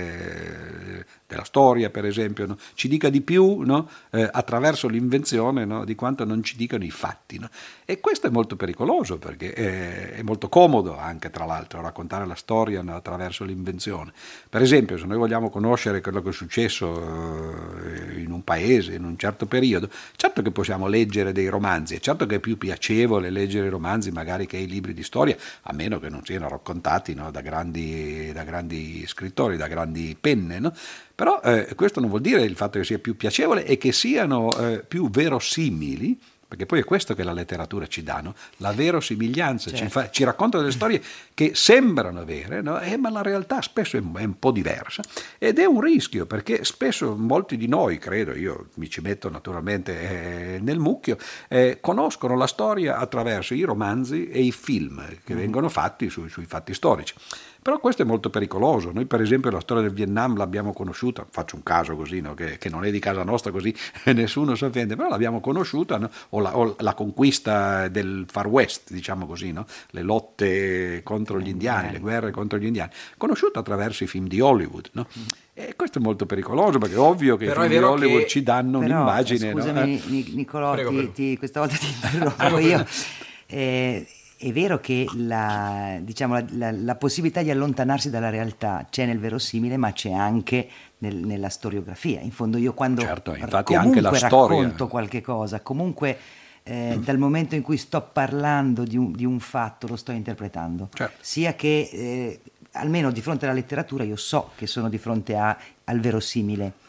eh, della storia, per esempio, no? Ci dica di più, no? eh, attraverso l'invenzione, no? Di quanto non ci dicano i fatti. No? E questo è molto pericoloso perché è, è molto comodo anche, tra l'altro, raccontare la storia, no? Attraverso l'invenzione. Per esempio, se noi vogliamo conoscere quello che è successo eh, in un paese, in un certo periodo, certo che possiamo leggere dei romanzi, è certo che è più piacevole leggere i romanzi magari che i libri di storia, a meno che non siano raccontati, no? da, grandi, da grandi scrittori, da grandi penne, no? Però eh, questo non vuol dire il fatto che sia più piacevole e che siano eh, più verosimili, perché poi è questo che la letteratura ci dà, no? La verosimiglianza, Certo. ci, fa- ci racconta delle storie che sembrano vere, no? eh, ma la realtà spesso è, è un po' diversa ed è un rischio, perché spesso molti di noi, credo, io mi ci metto naturalmente eh, nel mucchio, eh, conoscono la storia attraverso i romanzi e i film che mm. vengono fatti su, sui fatti storici. Però questo è molto pericoloso. Noi per esempio la storia del Vietnam l'abbiamo conosciuta, faccio un caso così, no? che, che non è di casa nostra, così nessuno si offende, però l'abbiamo conosciuta, no? o, la, o la conquista del Far West, diciamo così, no? Le lotte contro gli indiani, le guerre contro gli indiani, conosciuta attraverso i film di Hollywood. No? E questo è molto pericoloso, perché è ovvio che Però i è film di vero Hollywood che- ci danno Però, un'immagine. scusami, no? Ni- Nicolò, Prego, ti- prego. ti- questa volta ti interrompo io. Eh, è vero che la, diciamo, la, la- la possibilità di allontanarsi dalla realtà c'è nel verosimile, ma c'è anche nel- nella storiografia. In fondo io quando Certo, infatti comunque anche la storia. racconto qualche cosa, comunque eh, dal momento in cui sto parlando di un, di un fatto lo sto interpretando. Certo. Sia che eh, almeno di fronte alla letteratura io so che sono di fronte a- al verosimile.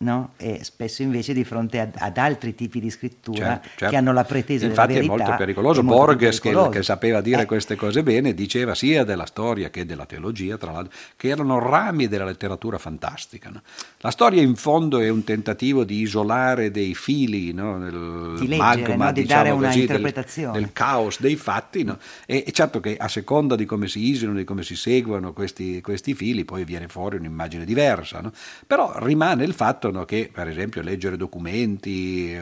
no? E spesso invece di fronte ad, ad altri tipi di scrittura certo, certo. che hanno la pretesa Infatti della verità. Infatti è molto pericoloso. È molto Borges, pericoloso. Che, che sapeva dire eh. queste cose bene, diceva sia della storia che della teologia, tra l'altro, che erano rami della letteratura fantastica. No? La storia in fondo è un tentativo di isolare dei fili, no? Nel di leggere, magma, no? Di diciamo dare una così, interpretazione. Del, del caos dei fatti, no? E, e certo che a seconda di come si isolano, di come si seguono questi, questi fili, poi viene fuori un'immagine diversa. No? Però rimane il fatto, no, che per esempio leggere documenti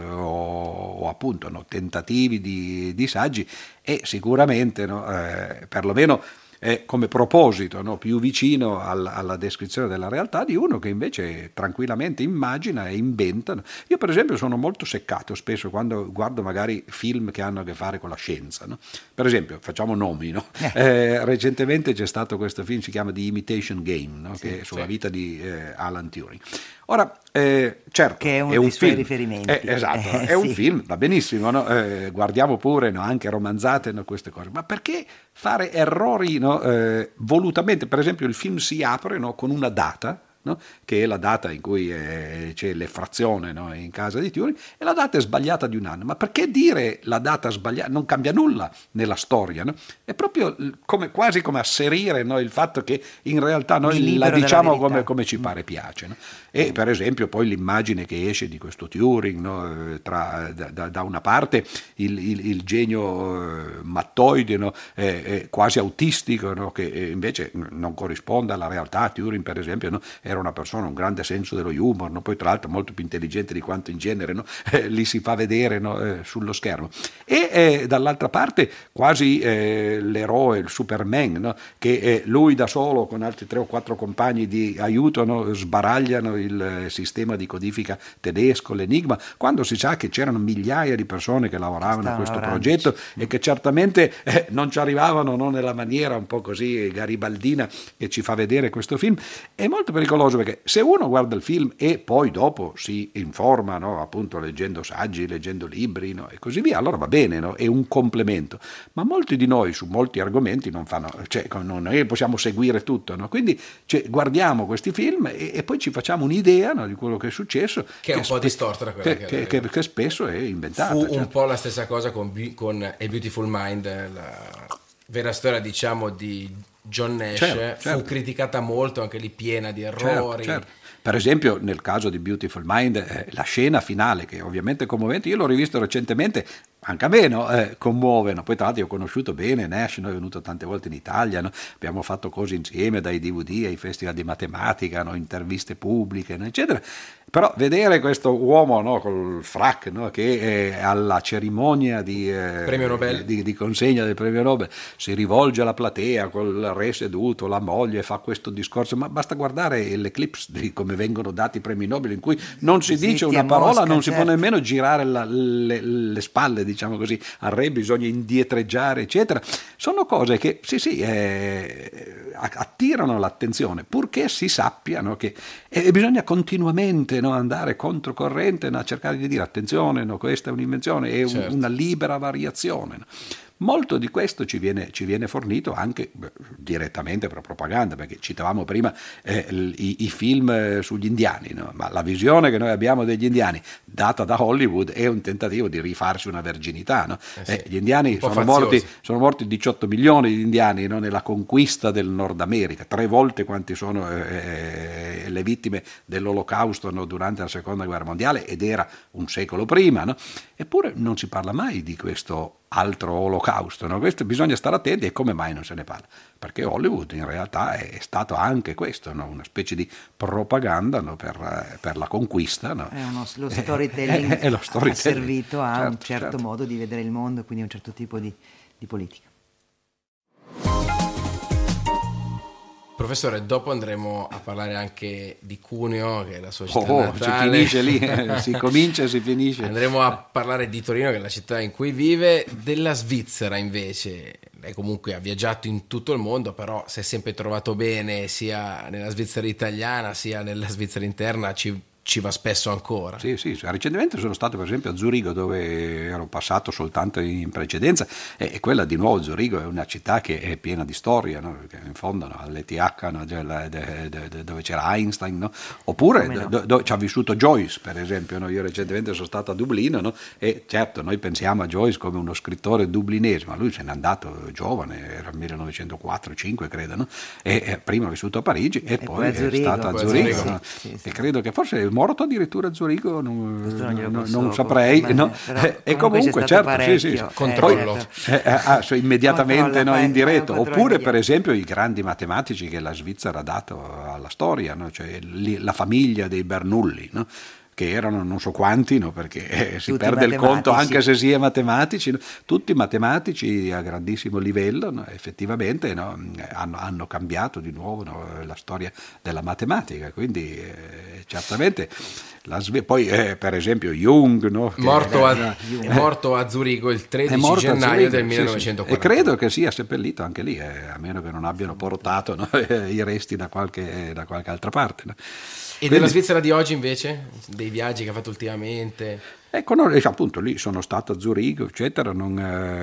o, o appunto no, tentativi di, di saggi è sicuramente, no, eh, perlomeno è come proposito, no, più vicino al, alla descrizione della realtà di uno che invece tranquillamente immagina e inventa. Io per esempio sono molto seccato spesso quando guardo magari film che hanno a che fare con la scienza. No? Per esempio, facciamo nomi, no? eh, recentemente c'è stato questo film, si chiama The Imitation Game, no? Sì, che è sulla sì. vita di eh, Alan Turing. Ora, eh, certo, che è uno è un dei suoi film, riferimenti. Eh, esatto, Eh, è un sì. film, va benissimo, no? eh, guardiamo pure, no? Anche romanzate, no? Queste cose, ma perché fare errori, no? eh, volutamente? Per esempio il film si apre, no? Con una data, no? Che è la data in cui eh, c'è l'effrazione, no? In casa di Turing, e la data è sbagliata di un anno. Ma perché dire la data sbagliata? Non cambia nulla nella storia, no? È proprio come, quasi come asserire, no? Il fatto che in realtà noi la diciamo come, come ci pare piace, no? E per esempio poi l'immagine che esce di questo Turing, no? Tra, da, da una parte il, il, il genio eh, mattoide, no? eh, eh, quasi autistico, no? Che invece non corrisponde alla realtà. Turing per esempio, no? Era una persona, un grande senso dello humor, no? Poi tra l'altro molto più intelligente di quanto in genere, no? eh, li si fa vedere, no? eh, sullo schermo. E eh, dall'altra parte quasi eh, l'eroe, il Superman, no? Che eh, lui da solo con altri tre o quattro compagni di aiuto, no? Sbaragliano il sistema di codifica tedesco, l'Enigma, quando si sa che c'erano migliaia di persone che lavoravano a questo lavorando. progetto e che certamente eh, non ci arrivavano, no? Nella maniera un po' così garibaldina che ci fa vedere questo film. È molto pericoloso perché se uno guarda il film e poi dopo si informa, no? Appunto leggendo saggi, leggendo libri, no? E così via, allora va bene, no? È un complemento, ma molti di noi su molti argomenti non fanno, cioè non noi possiamo seguire tutto, no? Quindi cioè, guardiamo questi film e, e poi ci facciamo un'idea, no? Di quello che è successo, che è un che po' spe- distorta da quella che, che, che, che, che spesso è inventata. fu certo. un po' la stessa cosa con, con A Beautiful Mind, la vera storia diciamo di John Nash, Certo, fu certo. criticata molto, anche lì piena di errori. Certo, certo. Per esempio nel caso di Beautiful Mind eh, la scena finale, che ovviamente è commovente, io l'ho rivisto recentemente, anche a me, no? eh, commuove, no? Poi tra l'altro io ho conosciuto bene Nash, no? È venuto tante volte in Italia, no? Abbiamo fatto cose insieme, dai D V D ai festival di matematica, no? Interviste pubbliche, no? Eccetera. Però vedere questo uomo, no? Col frac, no? Che è alla cerimonia di, eh, Premio Nobel. di, di consegna del premio Nobel si rivolge alla platea col re seduto, la moglie fa questo discorso, ma basta guardare l'eclipse di come vengono dati i premi Nobel, in cui non si dice Zitti una a parola, Mosca, non si certo. può nemmeno girare la- le, le spalle, diciamo così, al re, bisogna indietreggiare, eccetera. Sono cose che sì sì eh, attirano l'attenzione, purché si sappia, no, che e bisogna continuamente, no, andare controcorrente, no, a cercare di dire attenzione, no, questa è un'invenzione, è un- Certo. una libera variazione, no. Molto di questo ci viene, ci viene fornito anche beh, direttamente per propaganda, perché citavamo prima eh, l- i, i film eh, sugli indiani, no? Ma la visione che noi abbiamo degli indiani data da Hollywood è un tentativo di rifarsi una verginità, no? Eh sì, Eh, gli indiani un po' sono faziosi. morti, sono morti diciotto milioni di indiani, no? Nella conquista del Nord America, tre volte quanti sono eh, le vittime dell'Olocausto, no? Durante la Seconda Guerra Mondiale, ed era un secolo prima, no? Eppure non si parla mai di questo altro olocausto, no? Questo bisogna stare attenti, e come mai non se ne parla? Perché Hollywood in realtà è stato anche questo, no? Una specie di propaganda, no? per, per la conquista, no? È uno, lo storytelling È- è lo ha storytelling. servito a un Certo, certo, certo. modo di vedere il mondo, quindi a un certo tipo di, di politica. Professore, dopo andremo a parlare anche di Cuneo, che è la sua città Oh, si natale. finisce lì, eh, si comincia e si finisce. Andremo a parlare di Torino, che è la città in cui vive, della Svizzera invece. Lei comunque ha viaggiato in tutto il mondo, però si è sempre trovato bene sia nella Svizzera italiana sia nella Svizzera interna. Ci, ci va spesso ancora. Sì, sì, recentemente sono stato per esempio a Zurigo, dove ero passato soltanto in precedenza, e quella di nuovo, Zurigo, è una città che è piena di storia, no? Che in fondo, no? all'E T H, no? Dove c'era Einstein, no? Oppure no? dove do, ci ha vissuto Joyce, per esempio, no? Io recentemente sono stato a Dublino, no? E certo noi pensiamo a Joyce come uno scrittore dublinese, ma lui se n'è andato giovane, era il millenovecentoquattro cinque credo, no? e, e prima ha vissuto a Parigi e, e poi, poi è Zurigo, stato a Zurigo, Zurigo no? sì, sì, e credo che forse è morto addirittura a Zurigo, non, non, non, non saprei, ma, no? E comunque certo, sì, sì, controllo eh, eh, ah, cioè, immediatamente no, in diretto. Oppure per esempio i grandi matematici che la Svizzera ha dato alla storia, no? Cioè, li, la famiglia dei Bernoulli, no? Che erano non so quanti, no? Perché eh, si perde il conto anche se si è matematici, no? Tutti matematici a grandissimo livello, no? Effettivamente, no? hanno, hanno cambiato di nuovo, no? La storia della matematica, quindi eh, certamente la, poi eh, per esempio Jung, no? Che morto, a, eh, è morto a Zurigo il tredici gennaio Zurigo, del millenovecentoquaranta, sì, sì. E credo che sia seppellito anche lì, eh, a meno che non abbiano portato, no? i resti da qualche, da qualche altra parte, no? E della Svizzera di oggi invece? Dei viaggi che ha fatto ultimamente? Ecco, no, appunto lì sono stato a Zurigo, eccetera. Non,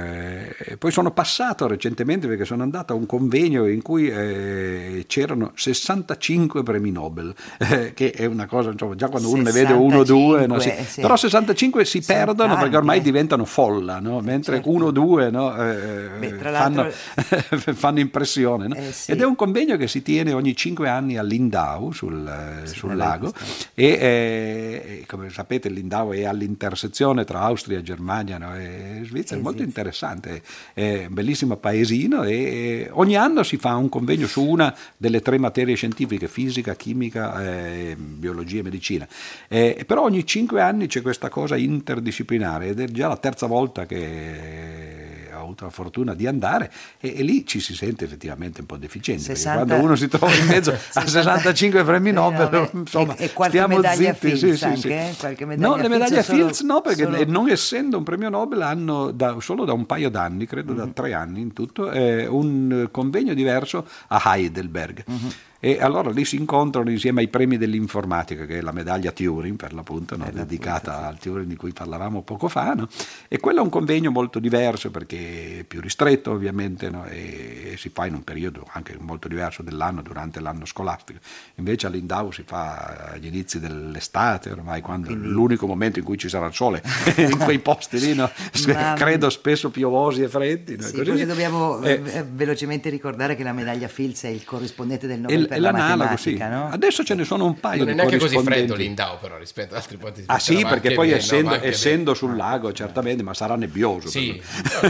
eh, poi sono passato recentemente perché sono andato a un convegno in cui eh, c'erano sessantacinque premi Nobel, eh, che è una cosa, insomma, già quando uno ne vede uno o due, no, sì. Sì. Però sessantacinque si sono perdono tanti, perché ormai eh. diventano folla, no? Mentre certo. uno o due no, eh, Beh, fanno, fanno impressione. No? Eh, sì. Ed è un convegno che si tiene ogni cinque anni a Lindau, sul, sì, sul lago, e eh, come sapete Lindau è all'interno intersezione tra Austria, Germania no, e Svizzera, è molto interessante, è un bellissimo paesino e ogni anno si fa un convegno su una delle tre materie scientifiche, fisica, chimica, eh, biologia e medicina, eh, però ogni cinque anni c'è questa cosa interdisciplinare ed è già la terza volta che ho avuto la fortuna di andare e, e lì ci si sente effettivamente un po' deficienti, sessanta perché quando uno si trova in mezzo a sessantacinque premi Nobel, no, beh, insomma, e, e qualche stiamo medaglia zitti, Fields sì, anche, sì, eh? sì. Qualche medaglia No, le medaglie Fields Fields no, perché solo... non essendo un premio Nobel hanno da, solo da un paio d'anni, credo mm-hmm. da tre anni in tutto, eh, un convegno diverso a Heidelberg. Mm-hmm. E allora lì si incontrano insieme ai premi dell'informatica, che è la medaglia Turing per l'appunto, no? dedicata sì. al Turing di cui parlavamo poco fa, no? E quello è un convegno molto diverso perché è più ristretto ovviamente, no? E si fa in un periodo anche molto diverso dell'anno, durante l'anno scolastico. Invece a Lindau si fa agli inizi dell'estate ormai, quando Quindi... l'unico momento in cui ci sarà il sole in quei posti lì, no? Ma... credo spesso piovosi e freddi, no? Sì, così dobbiamo eh, velocemente ricordare che la medaglia Fields è il corrispondente del Nobel per la matematica, sì. no? Adesso ce ne sono un paio non di è neanche così freddo Lindau però rispetto ad altri punti di ah sì, perché poi bene, essendo, no, essendo sul lago certamente, ma sarà nebbioso sì.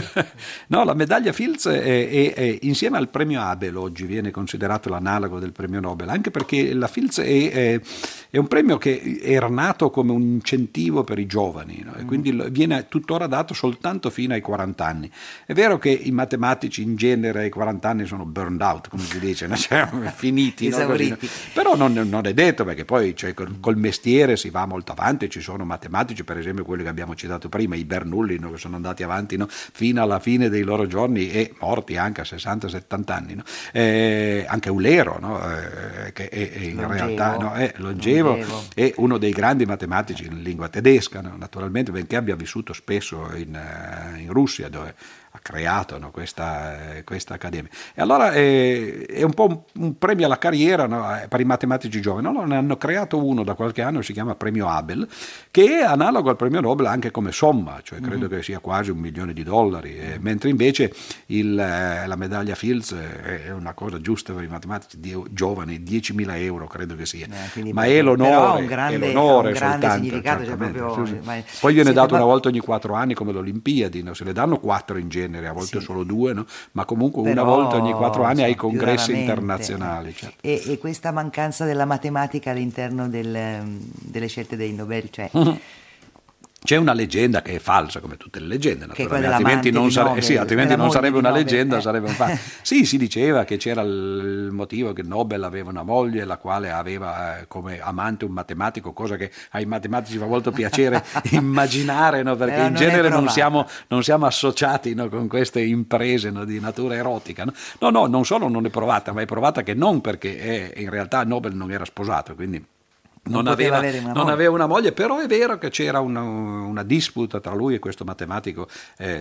No, la medaglia Fields è, è, è, insieme al premio Abel oggi viene considerato l'analogo del premio Nobel, anche perché la Fields è, è, è un premio che era nato come un incentivo per i giovani, no? E quindi viene tuttora dato soltanto fino ai quaranta anni. È vero che i matematici in genere ai quaranta anni sono burned out, come si dice, no? Cioè, finiti, no? Così, no? Però non, non è detto, perché poi cioè, col, col mestiere si va molto avanti, ci sono matematici, per esempio quelli che abbiamo citato prima, i Bernoulli, no? Che sono andati avanti, no? fino alla fine dei loro giorni e morti anche a sessanta settanta anni, no? eh, anche Eulero, no? eh, che è, è in longevo. realtà no? è longevo, longevo, è uno dei grandi matematici in lingua tedesca, no? Naturalmente, benché abbia vissuto spesso in, in Russia, dove ha creato no, questa, eh, questa accademia. E allora eh, è un po' un, un premio alla carriera no, per i matematici giovani. Allora ne hanno creato uno da qualche anno, si chiama premio Abel, che è analogo al premio Nobel anche come somma, cioè credo mm-hmm. che sia quasi un milione di dollari, eh, mm-hmm. mentre invece il, eh, la medaglia Fields è una cosa giusta per i matematici di, giovani, diecimila euro credo che sia, eh, ma è l'onore, grande, è l'onore un grande soltanto. Significato, cioè proprio, sì, sì. Ma, poi viene dato qua... una volta ogni quattro anni come le Olimpiadi, no? Se ne danno quattro in genere, a volte sì. solo due, no? Ma comunque Però, una volta ogni quattro anni ai congressi internazionali. Certo. E, e questa mancanza della matematica all'interno del, delle scelte dei Nobel, cioè... Mm-hmm. C'è una leggenda che è falsa, come tutte le leggende, naturalmente, altrimenti non, sare- Nobel, eh sì, altrimenti non sarebbe una leggenda, eh. sarebbe un fatto. Sì, si diceva che c'era il motivo che Nobel aveva una moglie la quale aveva eh, come amante un matematico, cosa che ai matematici fa molto piacere immaginare, no? Perché in genere non siamo, non siamo associati no? con queste imprese no? di natura erotica. No? no, no, non solo non è provata, ma è provata che non perché eh, in realtà Nobel non era sposato, quindi... non, non aveva, avere una non moglie. aveva una moglie, però è vero che c'era una, una disputa tra lui e questo matematico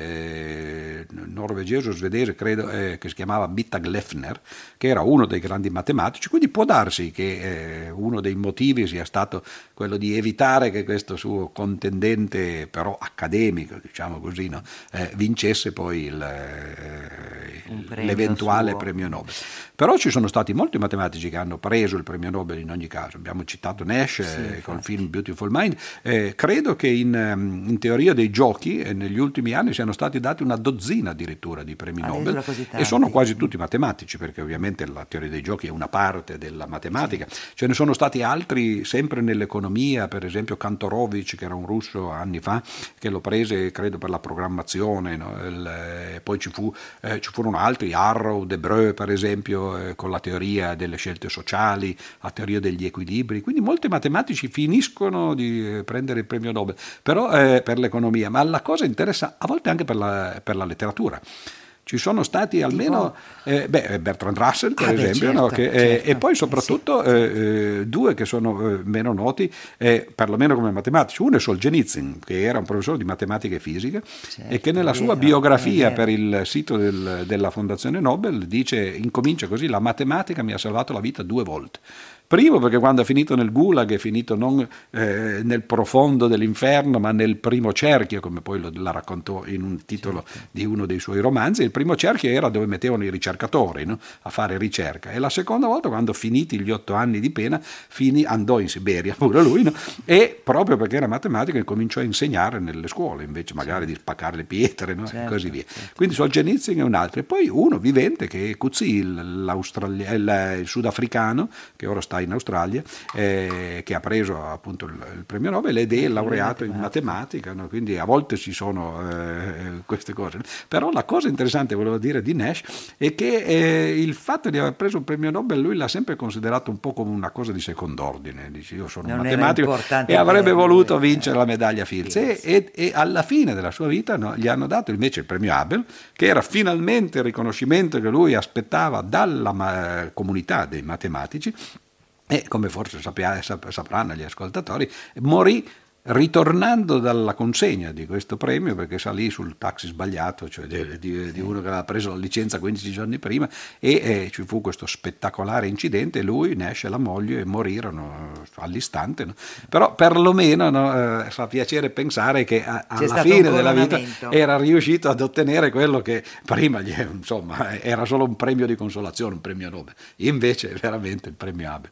eh, norvegese o svedese, credo, eh, che si chiamava Bitta Glefner, che era uno dei grandi matematici, quindi può darsi che eh, uno dei motivi sia stato quello di evitare che questo suo contendente, però accademico, diciamo così, no, eh, vincesse poi il, eh, premio l'eventuale suo. premio Nobel. Però ci sono stati molti matematici che hanno preso il premio Nobel in ogni caso. Abbiamo citato Nash Sì, eh, col infatti. film Beautiful Mind. Eh, credo che in, um, in teoria dei giochi eh, negli ultimi anni siano stati dati una dozzina addirittura di premi Addirittura Nobel così e tanti. sono quasi tutti matematici, perché ovviamente la teoria dei giochi è una parte della matematica. Ce ne sono stati altri sempre nell'economia, per esempio Kantorovich, che era un russo anni fa, che lo prese credo per la programmazione, no? Il, eh, poi ci, fu, eh, ci furono altri, Arrow, Debreu per esempio, eh, con la teoria delle scelte sociali, la teoria degli equilibri, quindi molti matematici finiscono di prendere il premio Nobel, però eh, per l'economia, ma la cosa interessa a volte anche per la, per la letteratura. Ci sono stati almeno eh, beh, Bertrand Russell per Ah, beh, esempio, certo, no, che, eh, certo, e poi eh, soprattutto sì, eh, eh, due che sono eh, meno noti, eh, perlomeno come matematici. Uno è Solzhenitsyn, che era un professore di matematica e fisica, Certo, e che nella è sua vero, biografia è vero. per il sito del- della Fondazione Nobel dice, incomincia così: la matematica mi ha salvato la vita due volte. Primo perché quando è finito nel gulag è finito non eh, nel profondo dell'inferno, ma nel primo cerchio, come poi lo, la raccontò in un titolo di uno dei suoi romanzi. Il primo cerchio era dove mettevano i ricercatori, no? A fare ricerca, e la seconda volta, quando finiti gli otto anni di pena, finì, andò in Siberia pure lui, no? E proprio perché era matematico cominciò a insegnare nelle scuole, invece magari di spaccare le pietre, no? Certo, E così via. certo. Quindi Solzhenitsyn è un altro, e poi uno vivente che è Coetzee, l'australia- il, il sudafricano, che ora sta in Australia, eh, che ha preso appunto il, il premio Nobel ed è laureato in matematica, no? Quindi a volte ci sono eh, queste cose. Però la cosa interessante, volevo dire, di Nash è che eh, il fatto di aver preso il premio Nobel lui l'ha sempre considerato un po' come una cosa di second'ordine. Dice: io sono Non un era matematico, importante e avrebbe per lui, voluto eh, vincere la medaglia Fields, e, e, e alla fine della sua vita, no, gli hanno dato invece il premio Abel, che era finalmente il riconoscimento che lui aspettava dalla ma- comunità dei matematici. E come forse sapia- sap- sapranno gli ascoltatori, morì ritornando dalla consegna di questo premio, perché salì sul taxi sbagliato, cioè di, di- di uno che aveva preso la licenza quindici giorni prima, e eh, ci fu questo spettacolare incidente, e lui, Nash e la moglie morirono all'istante, no? Però perlomeno, no, eh, fa piacere pensare che a- alla stato fine un della vita coronamento. era riuscito ad ottenere quello che prima gli, insomma, era solo un premio di consolazione, un premio Nobel, invece è veramente il premio Abel.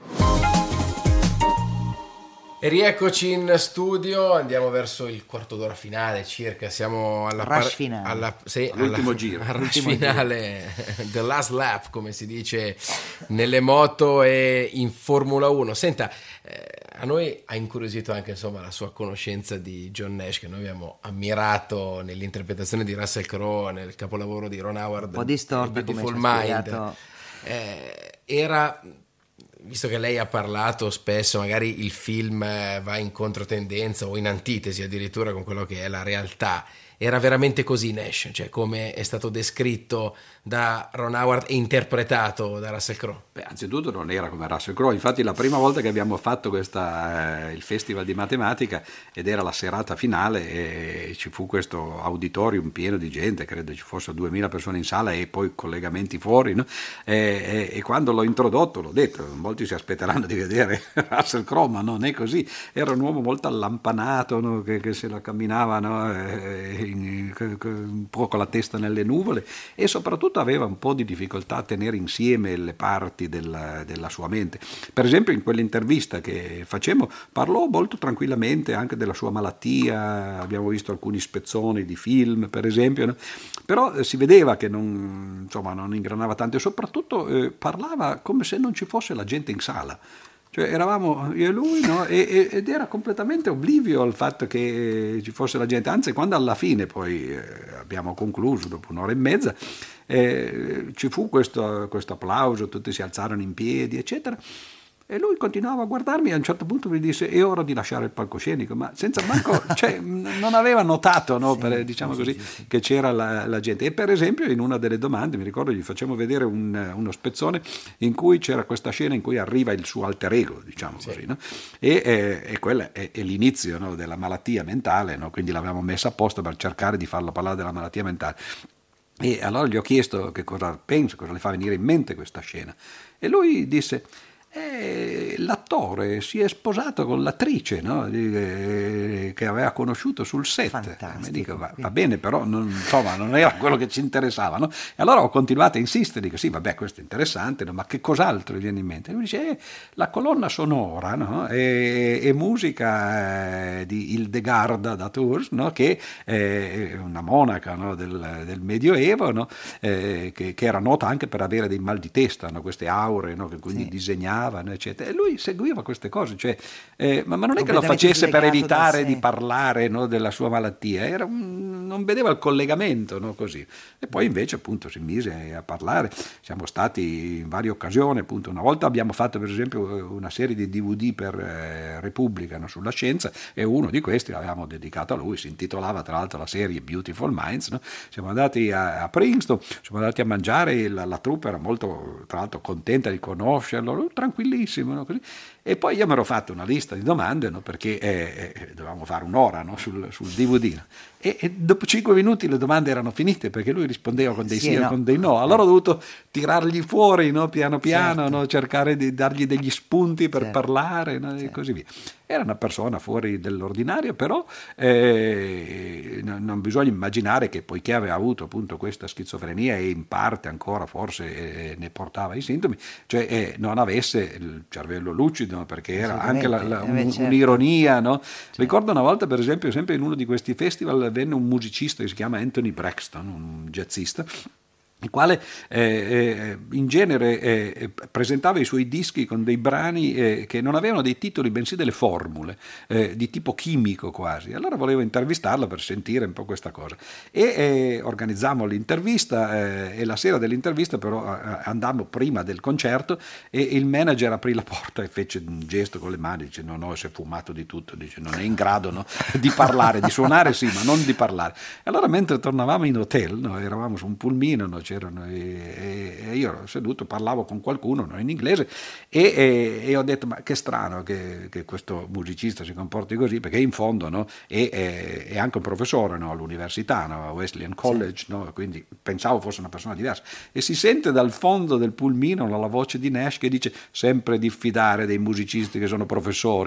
E rieccoci in studio, andiamo verso il quarto d'ora finale circa, siamo alla Rush par- finale. alla- sì, All'ultimo alla- giro. al rush L'ultimo finale, the last lap, come si dice nelle moto e in Formula uno. Senta, eh, a noi ha incuriosito anche, insomma, la sua conoscenza di John Nash, che noi abbiamo ammirato nell'interpretazione di Russell Crowe, nel capolavoro di Ron Howard, Un po' distorta, Beautiful come ci ha Mind. spiegato. Eh, era, visto che lei ha parlato spesso, magari il film eh, va in controtendenza o in antitesi addirittura con quello che è la realtà, era veramente così Nash, cioè come è stato descritto da Ron Howard e interpretato da Russell Crowe? Beh, anzitutto non era come Russell Crowe, infatti la prima volta che abbiamo fatto questa, eh, il festival di matematica, ed era la serata finale, e ci fu questo auditorium pieno di gente, credo ci fossero duemila persone in sala e poi collegamenti fuori, no? e, e, e quando l'ho introdotto l'ho detto, molti si aspetteranno di vedere Russell Crowe, ma non è così, era un uomo molto allampanato, no? che, che se la camminava, no? eh, in, un po' con la testa nelle nuvole, e soprattutto aveva un po' di difficoltà a tenere insieme le parti della, della sua mente. Per esempio in quell'intervista che facemmo parlò molto tranquillamente anche della sua malattia, abbiamo visto alcuni spezzoni di film per esempio, no? Però eh, si vedeva che non, insomma, non ingranava tanto, e soprattutto eh, parlava come se non ci fosse la gente in sala. Cioè eravamo io e lui, no? e, ed era completamente oblivio al fatto che ci fosse la gente, anzi quando alla fine poi eh, abbiamo concluso dopo un'ora e mezza, eh, ci fu questo, questo applauso, tutti si alzarono in piedi eccetera, E lui continuava a guardarmi e a un certo punto mi disse è ora di lasciare il palcoscenico, ma senza manco, cioè, non aveva notato, no, Sì, per, diciamo sì, così, sì, sì. che c'era la, la gente. E per esempio in una delle domande, mi ricordo, gli facciamo vedere un, uno spezzone in cui c'era questa scena in cui arriva il suo alter ego, diciamo Sì. così, no? E, e, e quella è, è l'inizio, no, della malattia mentale, no? Quindi l'avevamo messa apposta per cercare di farlo parlare della malattia mentale. E allora gli ho chiesto che cosa pensa, cosa le fa venire in mente questa scena. E lui disse: eh, l'attore si è sposato con l'attrice, no? eh, che aveva conosciuto sul set. Fantastico. Mi dico, va, va bene, però non, insomma, non era quello che ci interessava, no? E allora ho continuato a insistere, dico sì, vabbè, questo è interessante, no? Ma che cos'altro gli viene in mente? E lui dice, eh, la colonna sonora, no? e, e musica eh, di Hildegarda da Tours, no? Che è una monaca, no? del, del Medioevo, no? eh, che, che era nota anche per avere dei mal di testa, no? Queste aure, no? Che quindi Sì. disegnava, eccetera. E lui seguiva queste cose, cioè, eh, ma, ma non è che lo Completamente facesse per slegato da evitare sé. di parlare, no, della sua malattia, era un, non vedeva il collegamento, no, così. E poi invece appunto si mise a parlare, siamo stati in varie occasioni, appunto una volta abbiamo fatto per esempio una serie di D V D per eh, Repubblica, no, sulla scienza, e uno di questi l'avevamo dedicato a lui, si intitolava tra l'altro la serie Beautiful Minds, no? Siamo andati a, a Princeton, siamo andati a mangiare, la, la troupe era molto tra l'altro contenta di conoscerlo, lui tranquillissimo, no, così. E poi io mi ero fatto una lista di domande, no, perché eh, eh, dovevamo fare un'ora, no, sul, sul D V D, no? e, e dopo cinque minuti le domande erano finite perché lui rispondeva con dei sì, Sì, o no. con dei no, allora ho dovuto tirargli fuori, no, piano piano, Certo. no, cercare di dargli degli spunti per Certo. parlare, no, e Certo. così via. Era una persona fuori dell'ordinario, però eh, no- non bisogna immaginare che poiché aveva avuto appunto questa schizofrenia e in parte ancora forse eh, ne portava i sintomi, cioè eh, non avesse il cervello lucido, perché era anche la- la- Assolutamente. Eh beh, un- certo. un'ironia, no? Ricordo una volta per esempio, sempre in uno di questi festival venne un musicista che si chiama Anthony Braxton, un jazzista, il quale eh, eh, in genere eh, presentava i suoi dischi con dei brani eh, che non avevano dei titoli bensì delle formule eh, di tipo chimico quasi. Allora volevo intervistarlo per sentire un po' questa cosa e eh, organizzammo l'intervista eh, e la sera dell'intervista però eh, andammo prima del concerto e il manager aprì la porta e fece un gesto con le mani, dice no no, si è fumato di tutto, dice non è in grado, no, di parlare, di suonare sì ma non di parlare. E allora mentre tornavamo in hotel, no, eravamo su un pulmino, no, c'erano, e, e io ero seduto, parlavo con qualcuno, no, in inglese e, e, e ho detto ma che strano che, che questo musicista si comporti così, perché in fondo, no, è, è, è anche un professore, no, all'università, no, a Wesleyan College, no, quindi pensavo fosse una persona diversa, e si sente dal fondo del pulmino la voce di Nash che dice sempre diffidare dei musicisti che sono professori.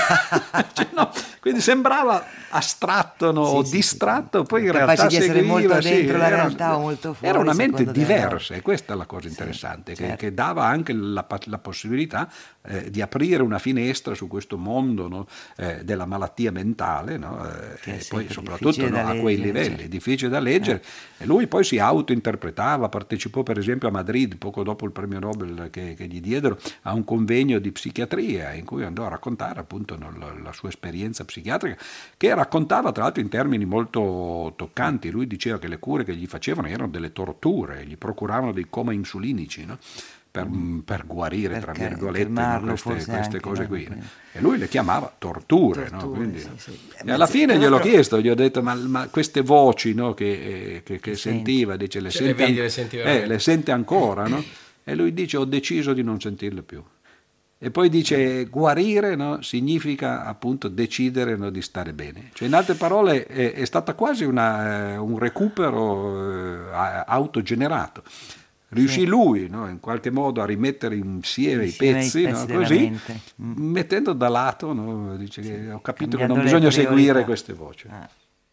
Cioè, no, quindi sembrava astratto, no, Sì, o sì, distratto, sì. poi in Capace realtà di essere seguiva, molto sì, dentro la era- realtà o molto fuori, era una mente secondo delle diversa volte. e questa è la cosa Sì, interessante, che, certo. che dava anche la, la possibilità eh, di aprire una finestra su questo mondo, no, eh, della malattia mentale, no, eh, Che è e sempre poi soprattutto, difficile no, da a quei leggere, livelli, certo. difficile da leggere. E lui poi si autointerpretava, partecipò per esempio a Madrid poco dopo il premio Nobel che, che gli diedero a un convegno di psichiatria in cui andò a raccontare appunto, no, la, la sua esperienza psichiatrica, che raccontava tra l'altro in termini molto toccanti. Lui diceva che le cure che gli facevano erano delle torture, gli procuravano dei coma insulinici, no? per, per guarire, tra Per virgolette, no, calmarlo queste, forse queste anche, cose no? qui, no? Quindi- E lui le chiamava torture, no? Torture, Quindi- sì, sì. e alla Ma fine tra gliel'ho l'altro- chiesto, gli ho detto ma, ma queste voci, no, che, eh, che, che Che sentiva, dice le, Cioè, le sente, vedi, an- le senti eh, veramente? le sente ancora, no? E lui dice ho deciso di non sentirle più. E poi dice guarire, no, significa appunto decidere, no, di stare bene. Cioè in altre parole è, è stata quasi una, eh, un recupero eh, a- autogenerato. Riuscì Sì. lui, no, in qualche modo a rimettere insieme, Insieme i i pezzi, pezzi no, della così, mente. Mm. mettendo da lato, no, dice che ho capito che Cambiando non le bisogna priorità. seguire queste voci. Ah.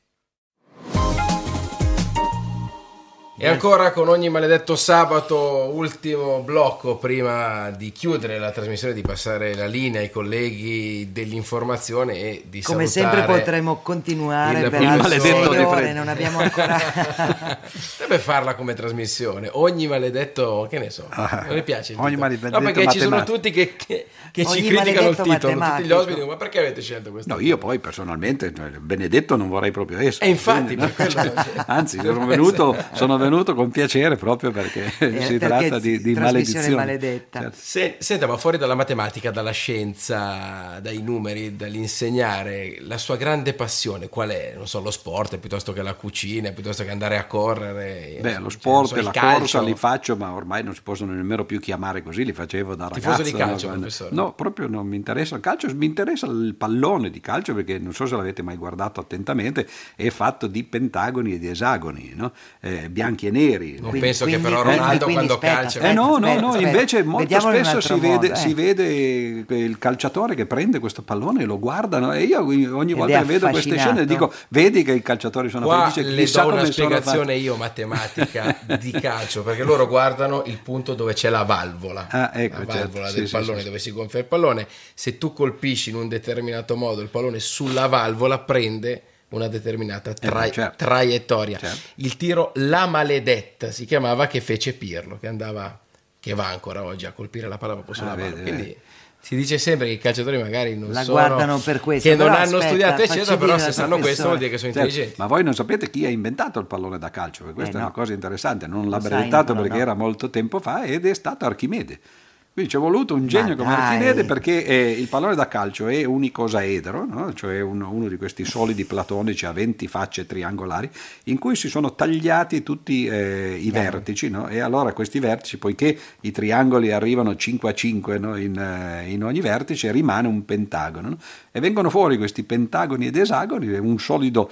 E ancora con ogni maledetto sabato, ultimo blocco prima di chiudere la trasmissione, di passare la linea ai colleghi dell'informazione e di Come salutare sempre potremo continuare il per il altre maledetto sei di ore, Fred. non abbiamo ancora... Deve farla come trasmissione, ogni maledetto, che ne so, Ah, non mi piace il ogni titolo. maledetto No, perché ci sono matematico. tutti che, che, che ci Ogni criticano il maledetto titolo, tutti gli matematico. ospiti dicono, ma perché avete scelto questo? No, io poi personalmente cioè, Benedetto non vorrei proprio essere. E infatti, Quindi, per no? quello- Cioè, anzi, sono venuto, sono venuto con piacere proprio perché si perché tratta di, di trasmissione maledizione. maledetta. Certo. Se- senta, ma fuori dalla matematica, dalla scienza, dai numeri, dall'insegnare, la sua grande passione qual è? Non so, lo sport piuttosto che la cucina, piuttosto che andare a correre? Beh, lo Cioè, sport non so, e il la calcio. corsa li faccio, ma ormai non si possono nemmeno più chiamare così, li facevo da ragazzo. Tifoso di calcio, no? professore? No, proprio non mi interessa il calcio, mi interessa il pallone di calcio, perché non so se l'avete mai guardato attentamente, è fatto di pentagoni e di esagoni, no? Eh, bianchi e neri. Non Quindi- penso che quindi- però quindi- Ronaldo quindi quando aspetta, calcia... Eh aspetta, no, no, aspetta, no, aspetta. invece molto Vediamolo in un spesso si altro vede, modo, si eh. vede il calciatore che prende questo pallone e lo guardano, e io ogni Ed volta è che vedo queste affascinato. scene dico, vedi che i calciatori sono Qua felici, le chissà do una come sono spiegazione fatti. io matematica di calcio, perché loro guardano il punto dove c'è la valvola, Ah, ecco, la certo. valvola Sì, del sì, pallone sì, dove si gonfia il pallone. Se tu colpisci in un determinato modo il pallone sulla valvola, prende una determinata tra- Eh, certo. traiettoria. Certo. Il tiro La Maledetta si chiamava, che fece Pirlo, che andava, che va ancora oggi a colpire la palla proprio sulla Ah, valvola. vedi, Quindi vedi. si dice sempre che i calciatori magari non La sono, guardano per questo, che non però hanno aspetta, studiato facci eccetera, però dire se al sanno questo professore. vuol dire che sono Certo, intelligenti. ma voi non sapete chi ha inventato il pallone da calcio, perché questa Eh, è no. una cosa interessante, non l'ha Lo sai, brevettato però perché no. era molto tempo fa, ed è stato Archimede. Quindi ci è voluto un genio come dai. Archimede, perché eh, il pallone da calcio è un icosaedro, no? Cioè uno, uno di questi solidi platonici a venti facce triangolari, in cui si sono tagliati tutti eh, i vertici, no? E allora questi vertici, poiché i triangoli arrivano cinque a cinque, no? in, eh, in ogni vertice, rimane un pentagono, no? E vengono fuori questi pentagoni ed esagoni, un solido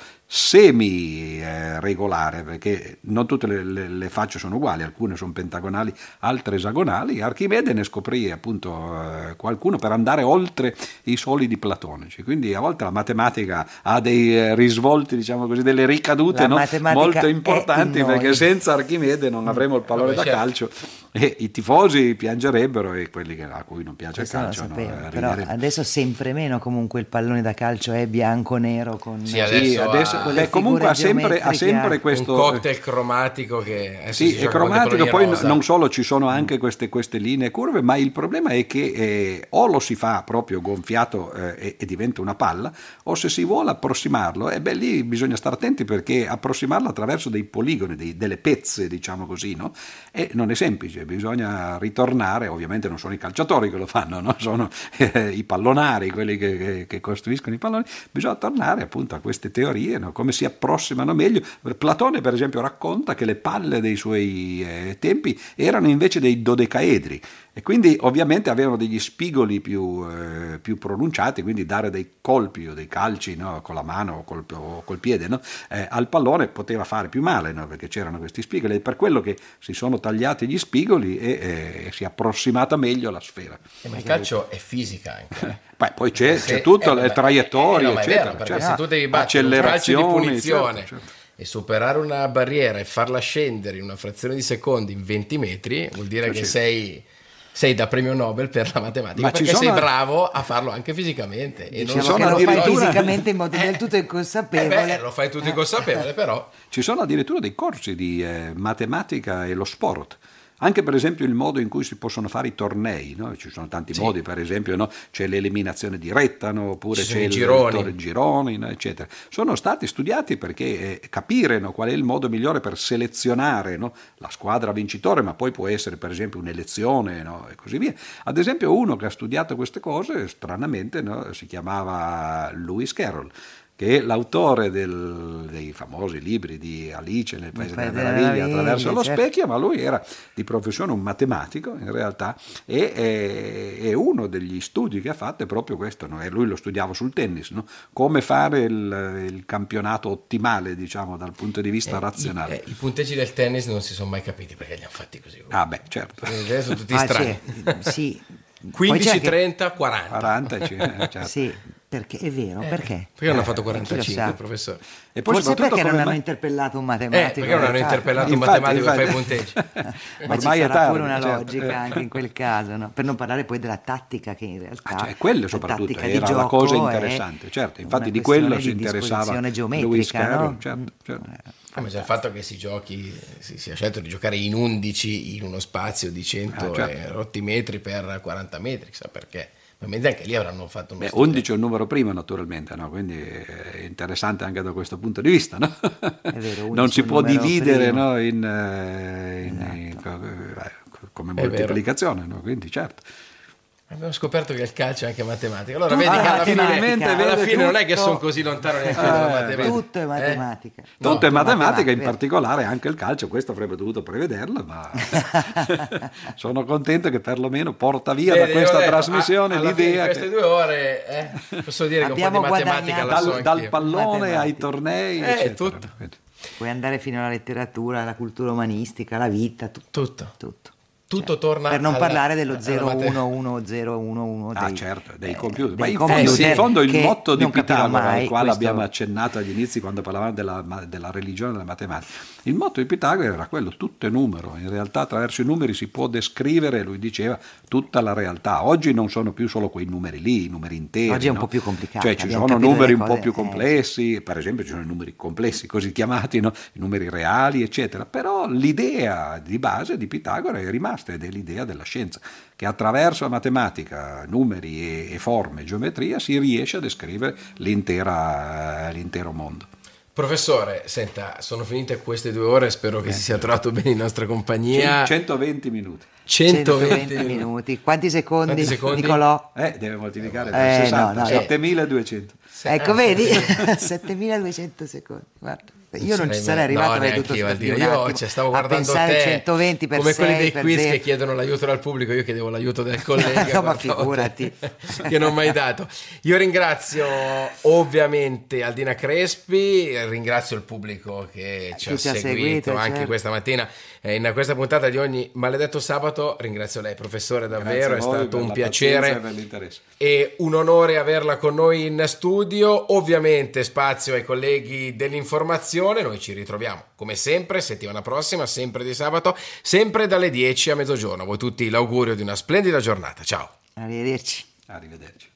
semi eh, regolare, perché non tutte le, le, le facce sono uguali, alcune sono pentagonali, altre esagonali. Archimede ne scoprì appunto eh, qualcuno per andare oltre i solidi platonici, quindi a volte la matematica ha dei eh, risvolti, diciamo così, delle ricadute, La no? matematica molto è importanti, in noi. perché senza Archimede non avremo il pallone Vabbè, da certo. calcio e i tifosi piangerebbero, e quelli che, a cui non piace il Questo non lo calcio no, sapevo, eh, però riderebbero. adesso sempre meno comunque il pallone da calcio è bianco-nero con... Sì, Sì, adesso adesso, ha- con beh, le comunque ha figure sempre, ha sempre geometriche, questo un cocktail cromatico che adesso sì, si è gioca con dei cromatico, palloni poi rosa. non solo, ci sono anche queste, queste linee curve, ma il problema è che eh, o lo si fa proprio gonfiato eh, e, e diventa una palla, o se si vuole approssimarlo, e beh, lì bisogna stare attenti, perché approssimarlo attraverso dei poligoni, dei- delle pezze, diciamo così, no? E non è semplice, bisogna ritornare, ovviamente non sono i calciatori che lo fanno, no? Sono eh, i pallonari, quelli che, che- che costruiscono i palloni, bisogna tornare appunto a queste teorie, no? Come si approssimano meglio. Platone per esempio racconta che le palle dei suoi eh, tempi erano invece dei dodecaedri, e quindi ovviamente avevano degli spigoli più, eh, più pronunciati, quindi dare dei colpi o dei calci, no? Con la mano o col, o col piede, no? eh, al pallone poteva fare più male, no? Perché c'erano questi spigoli, è per quello che si sono tagliati gli spigoli e eh, si è approssimata meglio la sfera. Eh, ma il calcio è fisica anche. Beh, poi c'è, Se- c'è tutte eh, le ma- traiettorie, eh, no, ma è eccetera, vero, perché certo. se tu devi battere un calcio di Accelerazioni, punizione certo, certo. e superare una barriera e farla scendere in una frazione di secondi in venti metri, vuol dire Sì, che sì. sei, sei da premio Nobel per la matematica, Ma ci perché sei sono- bravo a farlo anche fisicamente. E Diciamo sono che lo fai addirittura- fisicamente in modo del tutto Eh inconsapevole. beh, lo fai tutti consapevole, però Ci sono addirittura dei corsi di eh, matematica e lo sport. Anche per esempio il modo in cui si possono fare i tornei, no? Ci sono tanti Sì. modi, per esempio no? C'è l'eliminazione diretta, no? Oppure Ci sono c'è i il gironi. torneo gironi, no? Eccetera. Sono stati studiati perché eh, capire no? qual è il modo migliore per selezionare no? la squadra vincitore, ma poi può essere per esempio un'elezione no? e così via. Ad esempio uno che ha studiato queste cose, stranamente, no? si chiamava Lewis Carroll, che è l'autore del- dei famosi libri di Alice nel Paese delle Paese delle Meraviglie, Meraviglie, attraverso lo certo. specchio, ma lui era di professione un matematico in realtà, e, e- e uno degli studi che ha fatto è proprio questo, no? E lui lo studiava sul tennis, no? Come fare il, il campionato ottimale, diciamo, dal punto di vista eh, razionale. i, eh, i punteggi del tennis non si sono mai capiti perché li hanno fatti così. Ah beh, certo. Eh, sono tutti Ah, strani. sì, sì. Poi quindici, c'è anche- trenta, quaranta. quaranta, eh, certo. Sì, perché è vero, perché? Perché non ha fatto chi lo quarantacinque, sa? professore? E poi Forse soprattutto perché non come hanno mai- interpellato un Eh, matematico. perché non hanno infatti. interpellato un Infatti, matematico che fa i infatti. punteggi? Ma Ormai ci è sarà tardi, pure una certo. logica anche in quel caso, no? Per non parlare poi della tattica, che in realtà Ah, cioè, quello la soprattutto tattica di era la gioco cosa è interessante, certo, infatti una di quello questione si di interessava disposizione Lewis geometrica, Carroll, no? certo, certo. Come c'è il fatto che si giochi, si sia scelto di giocare in undici in uno spazio di cento Ah, certo. e rotti metri per quaranta metri, chissà perché. Ovviamente anche lì avranno fatto un Beh, undici è un numero primo naturalmente, no? Quindi è interessante anche da questo punto di vista, no? È vero, Non si può dividere, primo. no? in, eh, in, Esatto. in, come È moltiplicazione, no? Quindi certo. Abbiamo scoperto che il calcio è anche matematica. Allora Tutto vedi che è alla fine, matematica. alla Vede fine non è che tutto. sono così lontano neanche dalla Eh, matematica. Tutto è matematica. No, Tutto è matematica, in vero. particolare anche il calcio, questo avrebbe dovuto prevederlo, ma sono contento che perlomeno porta via Vedi, da questa ho detto, trasmissione a- alla fine l'idea di queste che due ore eh, posso dire che Abbiamo un po' di matematica la so dal, dal anch'io. pallone Matematica. ai tornei, Eh, eccetera. tutto. Quindi, Puoi andare fino alla letteratura, alla cultura umanistica, alla vita, tutto. Tutto. tutto. Tutto torna Per non alla- parlare dello alla zero mate- uno uno zero uno uno Ah dei, certo, dei eh, computer. Ma dei in fondo, computer in fondo il che motto di non capirò Pitagora, mai, al quale questo- abbiamo accennato agli inizi quando parlavamo della, ma- della religione della matematica, il motto di Pitagora era quello, tutto è numero. In realtà attraverso i numeri si può descrivere, lui diceva, tutta la realtà. Oggi non sono più solo quei numeri lì, i numeri interi. Oggi è un no? po' più complicato, Cioè ci abbiamo sono capito numeri delle un po' cose, più eh, complessi, per esempio ci sono i numeri complessi, così chiamati, no? I numeri reali, eccetera. Però l'idea di base di Pitagora è rimasta ed è l'idea della scienza, che attraverso la matematica, numeri e, e forme, geometria, si riesce a descrivere l'intera, l'intero mondo. Professore, senta, sono finite queste due ore, spero che si sia trovato bene in nostra compagnia. centoventi minuti. centoventi centoventi minuti. Quanti secondi, Quanti secondi? Nicolò? Eh, deve moltiplicare per Eh, no, sessanta, no, settemiladuecento. Ecco, vedi? settemiladuecento secondi. Guarda. Io non ci sarei arrivato, no, avrei neanche dovuto io, a stare dire. un Io attimo cioè, stavo a guardando pensare te centoventi per come quelli sei, dei per quiz zero. che chiedono l'aiuto dal pubblico, io chiedevo l'aiuto del collega. No, ma guardavo figurati. te, che non ho mai dato. Io ringrazio ovviamente Aldina Crespi, ringrazio il pubblico che ci Che ha ci ha seguito, seguito, anche certo. questa mattina eh, in questa puntata di Ogni Maledetto Sabato. Ringrazio lei, professore, davvero, Grazie a è voi stato per un la piacere pazienza e per l'interesse. e un onore averla con noi in studio. Ovviamente spazio ai colleghi dell'informazione, noi ci ritroviamo come sempre settimana prossima, sempre di sabato, sempre dalle dieci a mezzogiorno. A voi tutti l'augurio di una splendida giornata, ciao. Arrivederci. Arrivederci.